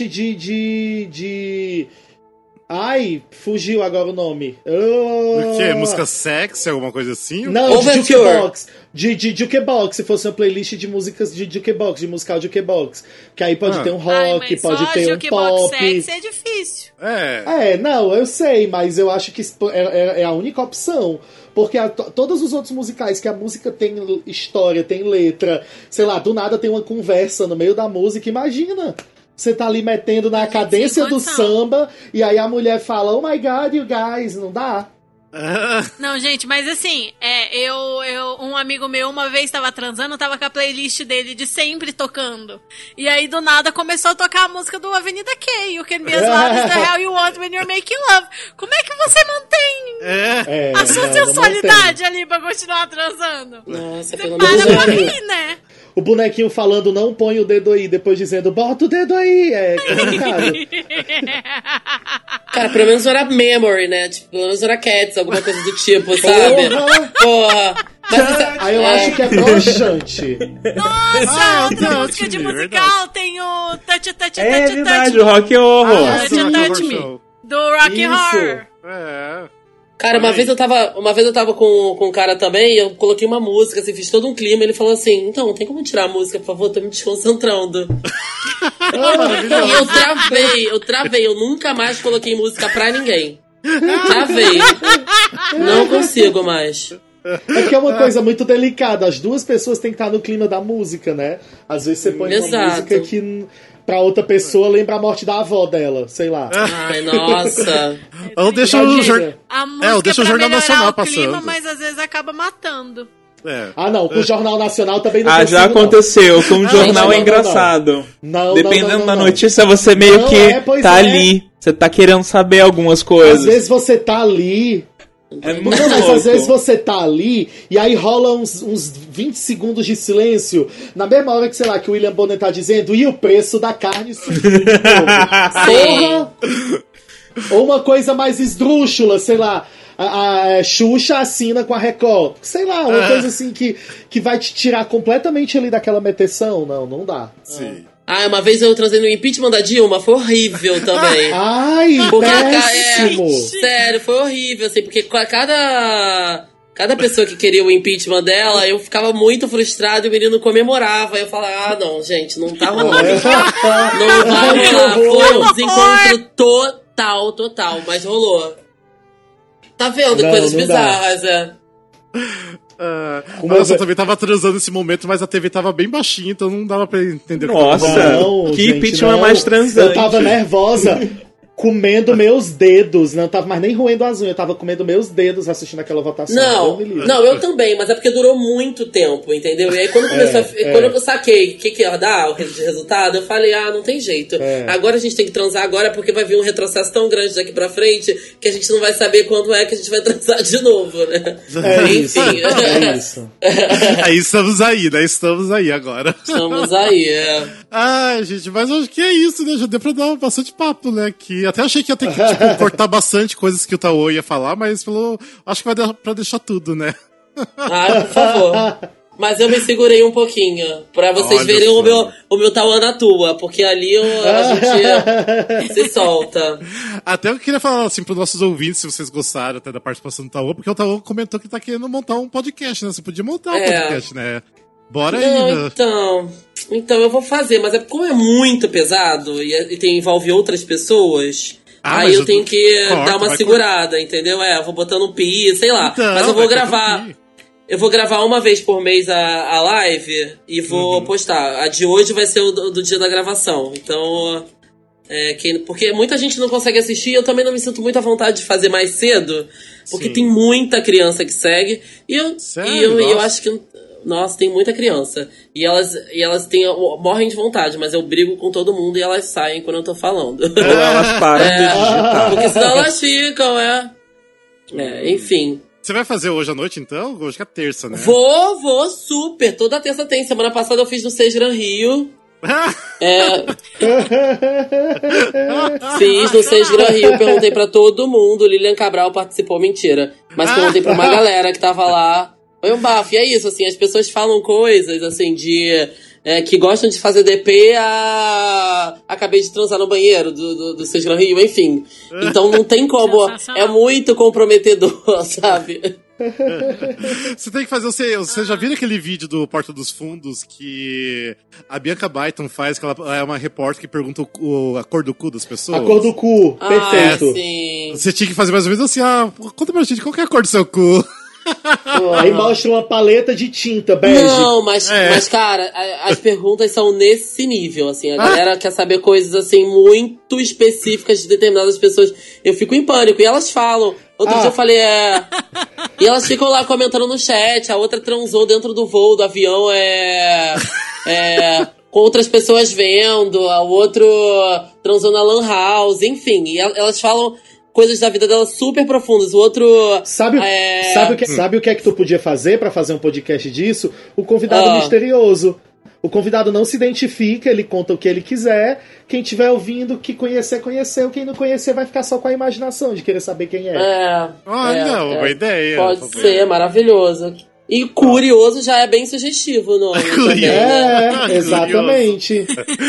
de... Ai, fugiu agora o nome. O quê? Música sexy, alguma coisa assim? Não, de jukebox. De jukebox, se fosse uma playlist de músicas de jukebox, de musical jukebox. Que aí pode ter um rock, pode ter um pop. Sexy é difícil. Não, eu sei, mas eu acho que é a única opção. Porque todos os outros musicais que a música tem história, tem letra, sei lá, do nada tem uma conversa no meio da música, imagina. Você tá ali metendo na cadência do samba e aí a mulher fala, oh my god, you guys, não dá? Não, gente, mas assim, um amigo meu uma vez tava transando, tava com a playlist dele de sempre tocando. E aí do nada começou a tocar a música do Avenida Q, You Can Be As Loud As The Hell You Want When You're Making Love. Como é que você mantém a sua sensualidade ali pra continuar transando? Nossa, você para pra rir, né? O bonequinho falando, não põe o dedo aí, depois dizendo, bota o dedo aí. É complicado. Cara, pelo menos era Memory, né? Tipo, pelo menos era Cats, alguma coisa do tipo, sabe? Porra! Aí eu acho que é broxante. Nossa, outra música de musical tem o Touch, Touch, É Touch, verdade, Touch. o Rock Horror. Touch Me. Do Rock Horror. É. Cara, uma vez eu tava com um cara também, eu coloquei uma música, assim, fiz todo um clima, ele falou assim, então, tem como tirar a música, por favor? Tô me desconcentrando. E eu travei, eu nunca mais coloquei música pra ninguém. Travei. Não consigo mais. É que é uma coisa muito delicada. As duas pessoas têm que estar no clima da música, né? Às vezes você põe uma música que pra outra pessoa lembra a morte da avó dela, sei lá. Ai, nossa. Ou deixa o Jornal Nacional passando. Clima, mas às vezes acaba matando. É. Ah, não, com o Jornal Nacional também não consigo, já aconteceu. Com o jornal é engraçado. Não, dependendo da notícia, você meio que tá ali. Você tá querendo saber algumas coisas. Às vezes você tá ali... É muito não, mas louco. às vezes você tá ali e aí rola uns 20 segundos de silêncio na mesma hora que, sei lá, que o William Bonner tá dizendo e o preço da carne subiu de novo. Porra! Ou uma coisa mais esdrúxula, sei lá, a Xuxa assina com a Record. Sei lá, uma coisa assim que vai te tirar completamente ali daquela meteção. Não dá. Sim. Ah, uma vez eu transei no impeachment da Dilma, foi horrível também. Ai, porque péssimo! Sério, foi horrível, assim, porque cada pessoa que queria o impeachment dela, eu ficava muito frustrado e o menino comemorava. Aí eu falava, não, gente, não tá rolando. Não vai rolar. Foi um desencontro total, mas rolou. Tá vendo? Coisas bizarras, Nossa, eu também tava transando nesse momento, mas a TV tava bem baixinha, então não dava pra entender. Nossa, que impeachment é mais transante. Eu tava nervosa, comendo meus dedos. Não tava mais nem roendo as unhas, eu tava comendo meus dedos assistindo aquela votação. Não, eu também, mas é porque durou muito tempo, entendeu? E aí quando começou quando eu saquei o que ia dar o resultado, eu falei, não tem jeito. Agora a gente tem que transar agora porque vai vir um retrocesso tão grande daqui pra frente que a gente não vai saber quando é que a gente vai transar de novo, né? Enfim. É isso. Aí estamos aí, né? Estamos aí agora. Estamos aí, Ai, gente, mas eu acho que é isso, né? Já deu pra dar bastante papo, né? Aqui. Até achei que ia ter que tipo, cortar bastante coisas que o Tao ia falar, mas acho que vai dar pra deixar tudo, né? Por favor. Mas eu me segurei um pouquinho, pra vocês verem o meu Tauana atua, porque ali a gente se solta. Até eu queria falar assim pros nossos ouvintes, se vocês gostaram até da participação do Tao, porque o Tao comentou que tá querendo montar um podcast, né? Você podia montar um podcast, né? Bora aí, né? Então eu vou fazer, mas como é muito pesado e envolve outras pessoas, aí eu tenho que dar uma segurada, entendeu? Eu vou botando um pi, sei lá. Então, mas eu vou gravar. Eu vou gravar uma vez por mês a live e vou postar. A de hoje vai ser o do dia da gravação. Então, porque muita gente não consegue assistir, eu também não me sinto muito à vontade de fazer mais cedo, porque tem muita criança que segue. E eu acho que... Nossa, tem muita criança. E elas morrem de vontade, mas eu brigo com todo mundo e elas saem quando eu tô falando. Ou elas param de digitar. Porque senão elas ficam, enfim. Você vai fazer hoje à noite, então? Hoje que é terça, né? Vou, super. Toda terça tem. Semana passada eu fiz no Seis Gran Rio. Fiz no Seis Gran Rio, perguntei pra todo mundo. Lilian Cabral participou, mentira. Mas perguntei pra uma galera que tava lá. Foi um bafo, e é isso, assim, as pessoas falam coisas, assim, que gostam de fazer DP acabei de transar no banheiro do Seis Gran Rio, enfim. Então não tem como, é muito comprometedor, sabe? Você tem que fazer, você já viu aquele vídeo do Porta dos Fundos que a Bianca Byton faz, que ela é uma repórter que pergunta a cor do cu das pessoas? A cor do cu, perfeito. Sim. Você tinha que fazer mais ou menos assim, conta pra gente, qual que é a cor do seu cu? Aí mostra uma paleta de tinta bege. Não, mas cara, as perguntas são nesse nível, assim. A galera quer saber coisas, assim, muito específicas de determinadas pessoas. Eu fico em pânico. E elas falam. Outro dia eu falei, E elas ficam lá comentando no chat. A outra transou dentro do voo do avião, com outras pessoas vendo. A outra transou na lan house. Enfim, e elas falam coisas da vida dela super profundas. O outro... Sabe o que é que tu podia fazer pra fazer um podcast disso? O convidado misterioso. O convidado não se identifica, ele conta o que ele quiser. Quem estiver ouvindo, que conhecer, conheceu. Quem não conhecer vai ficar só com a imaginação de querer saber quem é. Boa ideia. Pode ser, maravilhoso. E curioso já é bem sugestivo o nome também, né? Exatamente.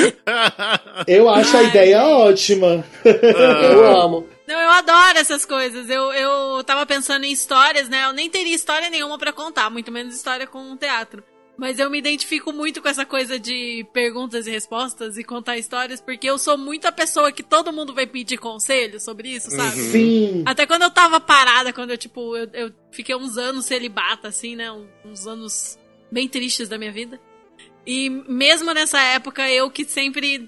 Eu acho a ideia ótima. Eu amo. Não, eu adoro essas coisas. Eu tava pensando em histórias, né? Eu nem teria história nenhuma pra contar, muito menos história com teatro. Mas eu me identifico muito com essa coisa de perguntas e respostas e contar histórias, porque eu sou muito a pessoa que todo mundo vai pedir conselho sobre isso, sabe? Sim. Até quando eu tava parada, quando eu fiquei uns anos celibata, assim, né? Uns anos bem tristes da minha vida. E mesmo nessa época, eu que sempre...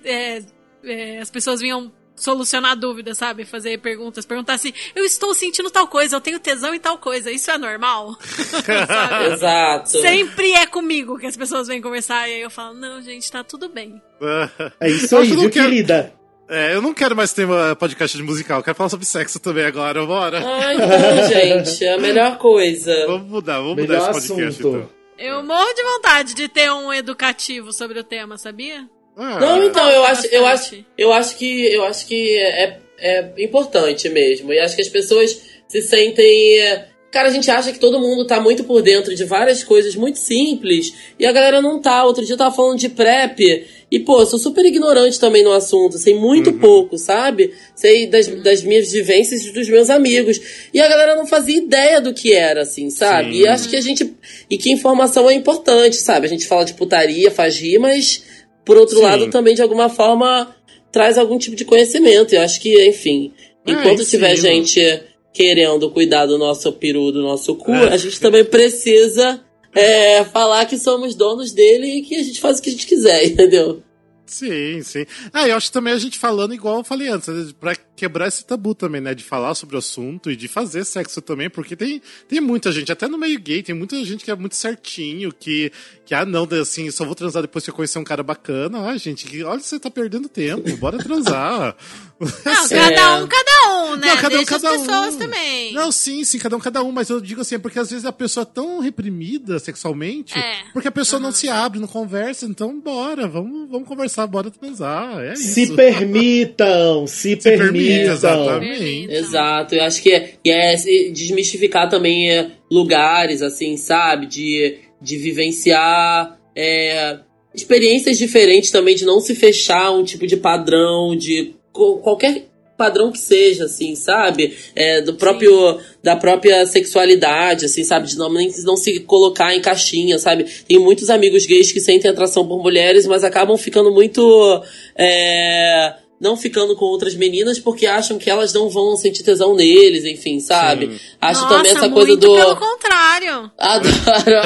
as pessoas vinham solucionar dúvidas, sabe? Fazer perguntas. Perguntar assim, eu estou sentindo tal coisa, eu tenho tesão em tal coisa. Isso é normal? Sabe? Exato. Sempre é comigo que as pessoas vêm conversar. E aí eu falo, não, gente, tá tudo bem. É isso aí, viu, querida? Eu não quero mais ter um podcast de musical. Eu quero falar sobre sexo também agora, bora. Então, gente, é a melhor coisa. Vamos mudar esse podcast, então. Eu morro de vontade de ter um educativo sobre o tema, sabia? Não, então, eu acho que é importante mesmo. E acho que as pessoas se sentem... Cara, a gente acha que todo mundo tá muito por dentro de várias coisas muito simples e a galera não tá. Outro dia eu tava falando de PrEP e, pô, eu sou super ignorante também no assunto. Sei muito pouco, sabe? Sei das minhas vivências e dos meus amigos. E a galera não fazia ideia do que era, assim, sabe? Sim. E acho que E que informação é importante, sabe? A gente fala de putaria, faz rir, mas... Por outro lado, também, de alguma forma, traz algum tipo de conhecimento. Eu acho que, enfim, enquanto tiver gente querendo cuidar do nosso peru, do nosso cu, a gente também precisa falar que somos donos dele e que a gente faz o que a gente quiser, entendeu? Sim, sim. Eu acho que também a gente falando igual eu falei antes, né, pra quebrar esse tabu também, né, de falar sobre o assunto e de fazer sexo também, porque tem muita gente, até no meio gay, tem muita gente que é muito certinho, que não, assim, só vou transar depois que eu conhecer um cara bacana. Gente, olha, você tá perdendo tempo, bora transar. Não, cada um, né? Não, cada Deixa cada as pessoas também. Não, sim, cada um, mas eu digo assim, é porque às vezes a pessoa é tão reprimida sexualmente, porque a pessoa não se abre, não conversa, então bora, vamos conversar, bora transar, é isso. Se permitam. Exatamente. Exato, eu acho que é desmistificar também lugares, assim, sabe, de vivenciar experiências diferentes também, de não se fechar um tipo de padrão, de qualquer padrão que seja, assim, sabe? Da própria sexualidade, assim, sabe? De não se colocar em caixinha, sabe? Tem muitos amigos gays que sentem atração por mulheres, mas acabam ficando muito... não ficando com outras meninas porque acham que elas não vão sentir tesão neles, enfim, sabe? Sim. Acho também essa coisa do... pelo contrário. Adoro.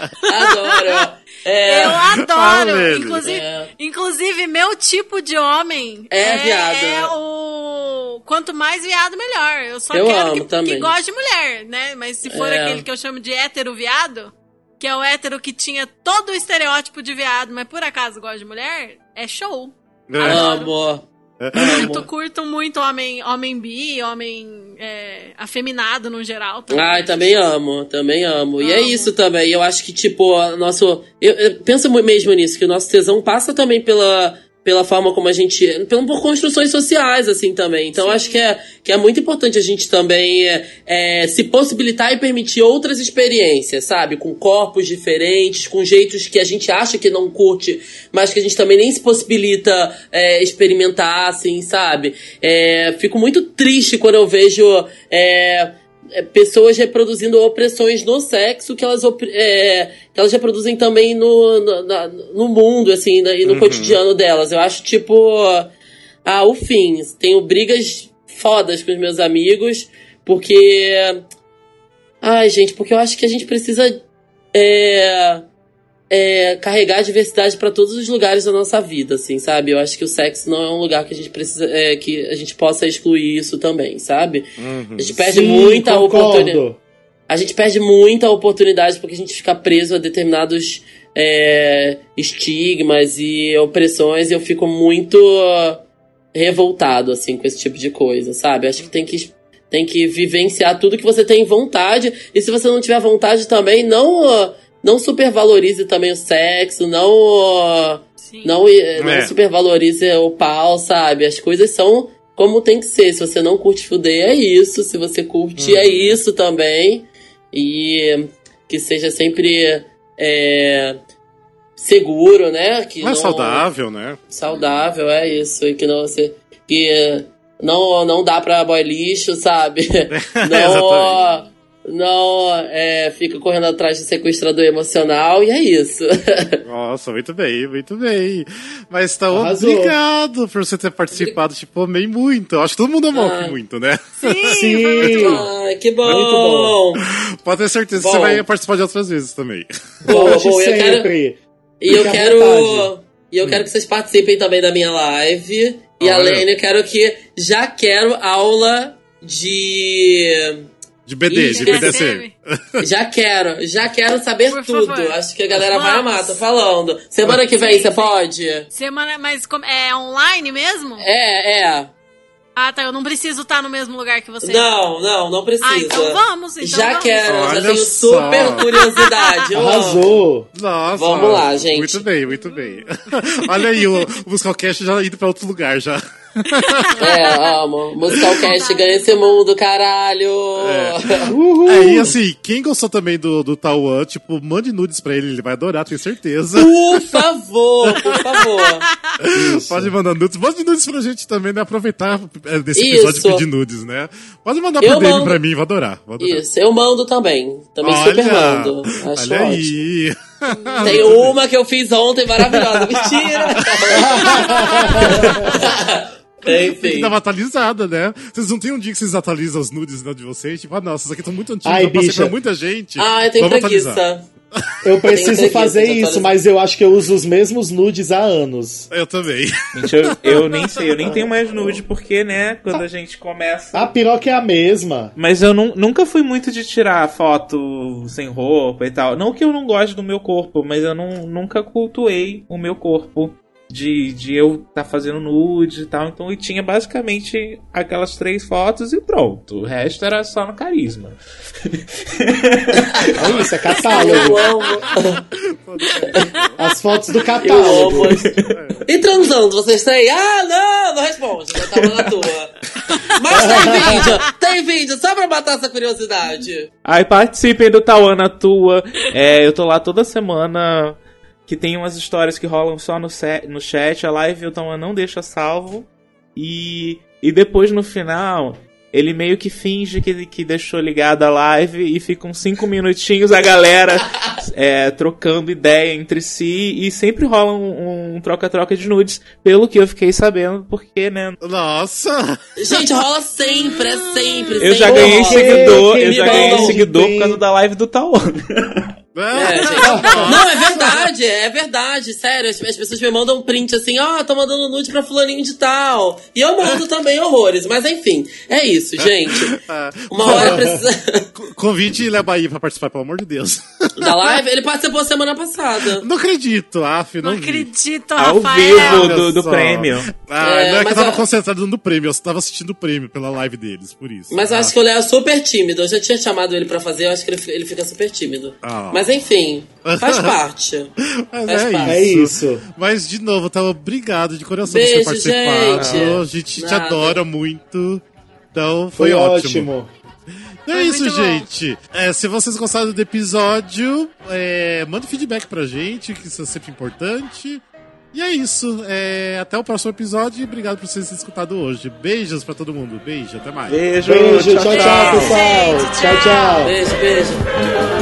Eu adoro. Inclusive, meu tipo de homem viado. Quanto mais viado, melhor. Eu só quero que goste de mulher, né? Mas se for aquele que eu chamo de hétero viado, que é o hétero que tinha todo o estereótipo de viado, mas por acaso gosta de mulher, é show. Amor. Curto muito homem bi, homem afeminado no geral. Também amo. E é isso também. Eu acho que, tipo, eu penso mesmo nisso, que o nosso tesão passa também pela forma como a gente... por construções sociais, assim, também. Então, acho que é muito importante a gente também se possibilitar e permitir outras experiências, sabe? Com corpos diferentes, com jeitos que a gente acha que não curte, mas que a gente também nem se possibilita experimentar, assim, sabe? Fico muito triste quando eu vejo... pessoas reproduzindo opressões no sexo que elas reproduzem também no mundo, assim, e no cotidiano delas. Eu acho, tipo, o fim. Tenho brigas fodas com os meus amigos, porque... gente, porque eu acho que a gente precisa carregar a diversidade pra todos os lugares da nossa vida, assim, sabe? Eu acho que o sexo não é um lugar que a gente precisa... que a gente possa excluir isso também, sabe? A gente perde muita oportunidade. A gente perde muita oportunidade porque a gente fica preso a determinados estigmas e opressões, e eu fico muito revoltado, assim, com esse tipo de coisa, sabe? Eu acho que tem que vivenciar tudo que você tem vontade, e se você não tiver vontade também, não supervalorize também o sexo, não supervalorize o pau, sabe? As coisas são como tem que ser. Se você não curte fuder, é isso. Se você curte, é isso também. E que seja sempre seguro, né? Que não é saudável, né? Saudável, é isso. E que não dá pra boy lixo, sabe? Não fica correndo atrás de sequestrador emocional, e é isso. Nossa, muito bem, muito bem. Mas tá, obrigado por você ter participado, tipo, amei muito. Acho que todo mundo amou aqui muito, né? Sim. Que bom. Muito bom. Pode ter certeza que você vai participar de outras vezes também. Bom, eu quero que vocês participem também da minha live. E além, eu quero quero aula de BD, de BDSM. Já quero saber tudo. Acho que a galera vai amar, tô falando. Semana que vem, você pode? Mas é online mesmo? É. Ah, tá, eu não preciso estar no mesmo lugar que você. Não precisa. Ah, então vamos. Quero, olha, já tenho super curiosidade. Arrasou. Nossa. Vamos lá, gente. Muito bem, muito bem. Olha aí, o Musicalcast já indo pra outro lugar, já. Amo. Musicalcast ganha esse mundo, caralho. E assim, quem gostou também do Tauan, tipo, mande nudes pra ele vai adorar, tenho certeza. Por favor. Pode mandar nudes. Mande nudes pra gente também, né? Aproveitar desse episódio de pedir nudes, né? Pode mandar por DM pra mim, vou adorar. Isso, eu mando também. Super mando. Acho olha ótimo. Aí. Tem uma que eu fiz ontem, maravilhosa. Mentira! Enfim. Tem que dar uma atualizada, né? Vocês não tem um dia que vocês atualizam os nudes de vocês? Tipo, nossa, essas aqui estão muito antigas, eu passei pra muita gente. Eu tenho preguiça. Eu preciso fazer isso, mas eu acho que eu uso os mesmos nudes há anos. Eu também. Gente, eu nem sei, eu nem tenho mais nude, porque, né, quando a gente começa... A piroca é a mesma. Mas eu nunca fui muito de tirar foto sem roupa e tal. Não que eu não goste do meu corpo, mas eu nunca cultuei o meu corpo. De eu estar fazendo nude e tal. Então eu tinha basicamente aquelas 3 fotos e pronto. O resto era só no carisma. É isso, é catálogo. Eu amo. As fotos do catálogo. E transando, vocês têm? Não responde. Já tava na tua. Mas tem vídeo, só pra matar essa curiosidade. Aí participem do Tauan na Tua. Eu tô lá toda semana. Que tem umas histórias que rolam só no chat. A live o Tauan não deixa salvo. E depois no final, ele meio que finge que deixou ligada a live. E fica uns 5 minutinhos a galera trocando ideia entre si. E sempre rola um troca-troca de nudes. Pelo que eu fiquei sabendo, porque, né? Nossa! Gente, rola sempre, é sempre. Eu já ganhei seguidor por causa da live do Tauan. Não, é verdade, sério, as pessoas me mandam print assim, tô mandando nude pra fulaninho de tal, e eu mando também horrores, mas enfim, é isso, gente, uma hora precisa... Convite Léo Bahia pra participar, pelo amor de Deus. Da live, ele participou semana passada. Não acredito, não acredito, Rafael. Ao vivo do prêmio. Não é que eu tava concentrado no prêmio, eu tava assistindo o prêmio pela live deles, por isso. Mas eu acho que o Léo é super tímido, eu já tinha chamado ele pra fazer, eu acho que ele fica super tímido. Mas enfim, faz parte. É isso. Mas, de novo, tá, obrigado de coração por você participar. Gente. A gente te adora muito. Então, foi ótimo. É isso, gente. Se vocês gostaram do episódio, manda feedback pra gente, que isso é sempre importante. E é isso. Até o próximo episódio e obrigado por vocês terem escutado hoje. Beijos pra todo mundo. Beijo, até mais. Beijo, tchau, pessoal. Tchau. Beijo.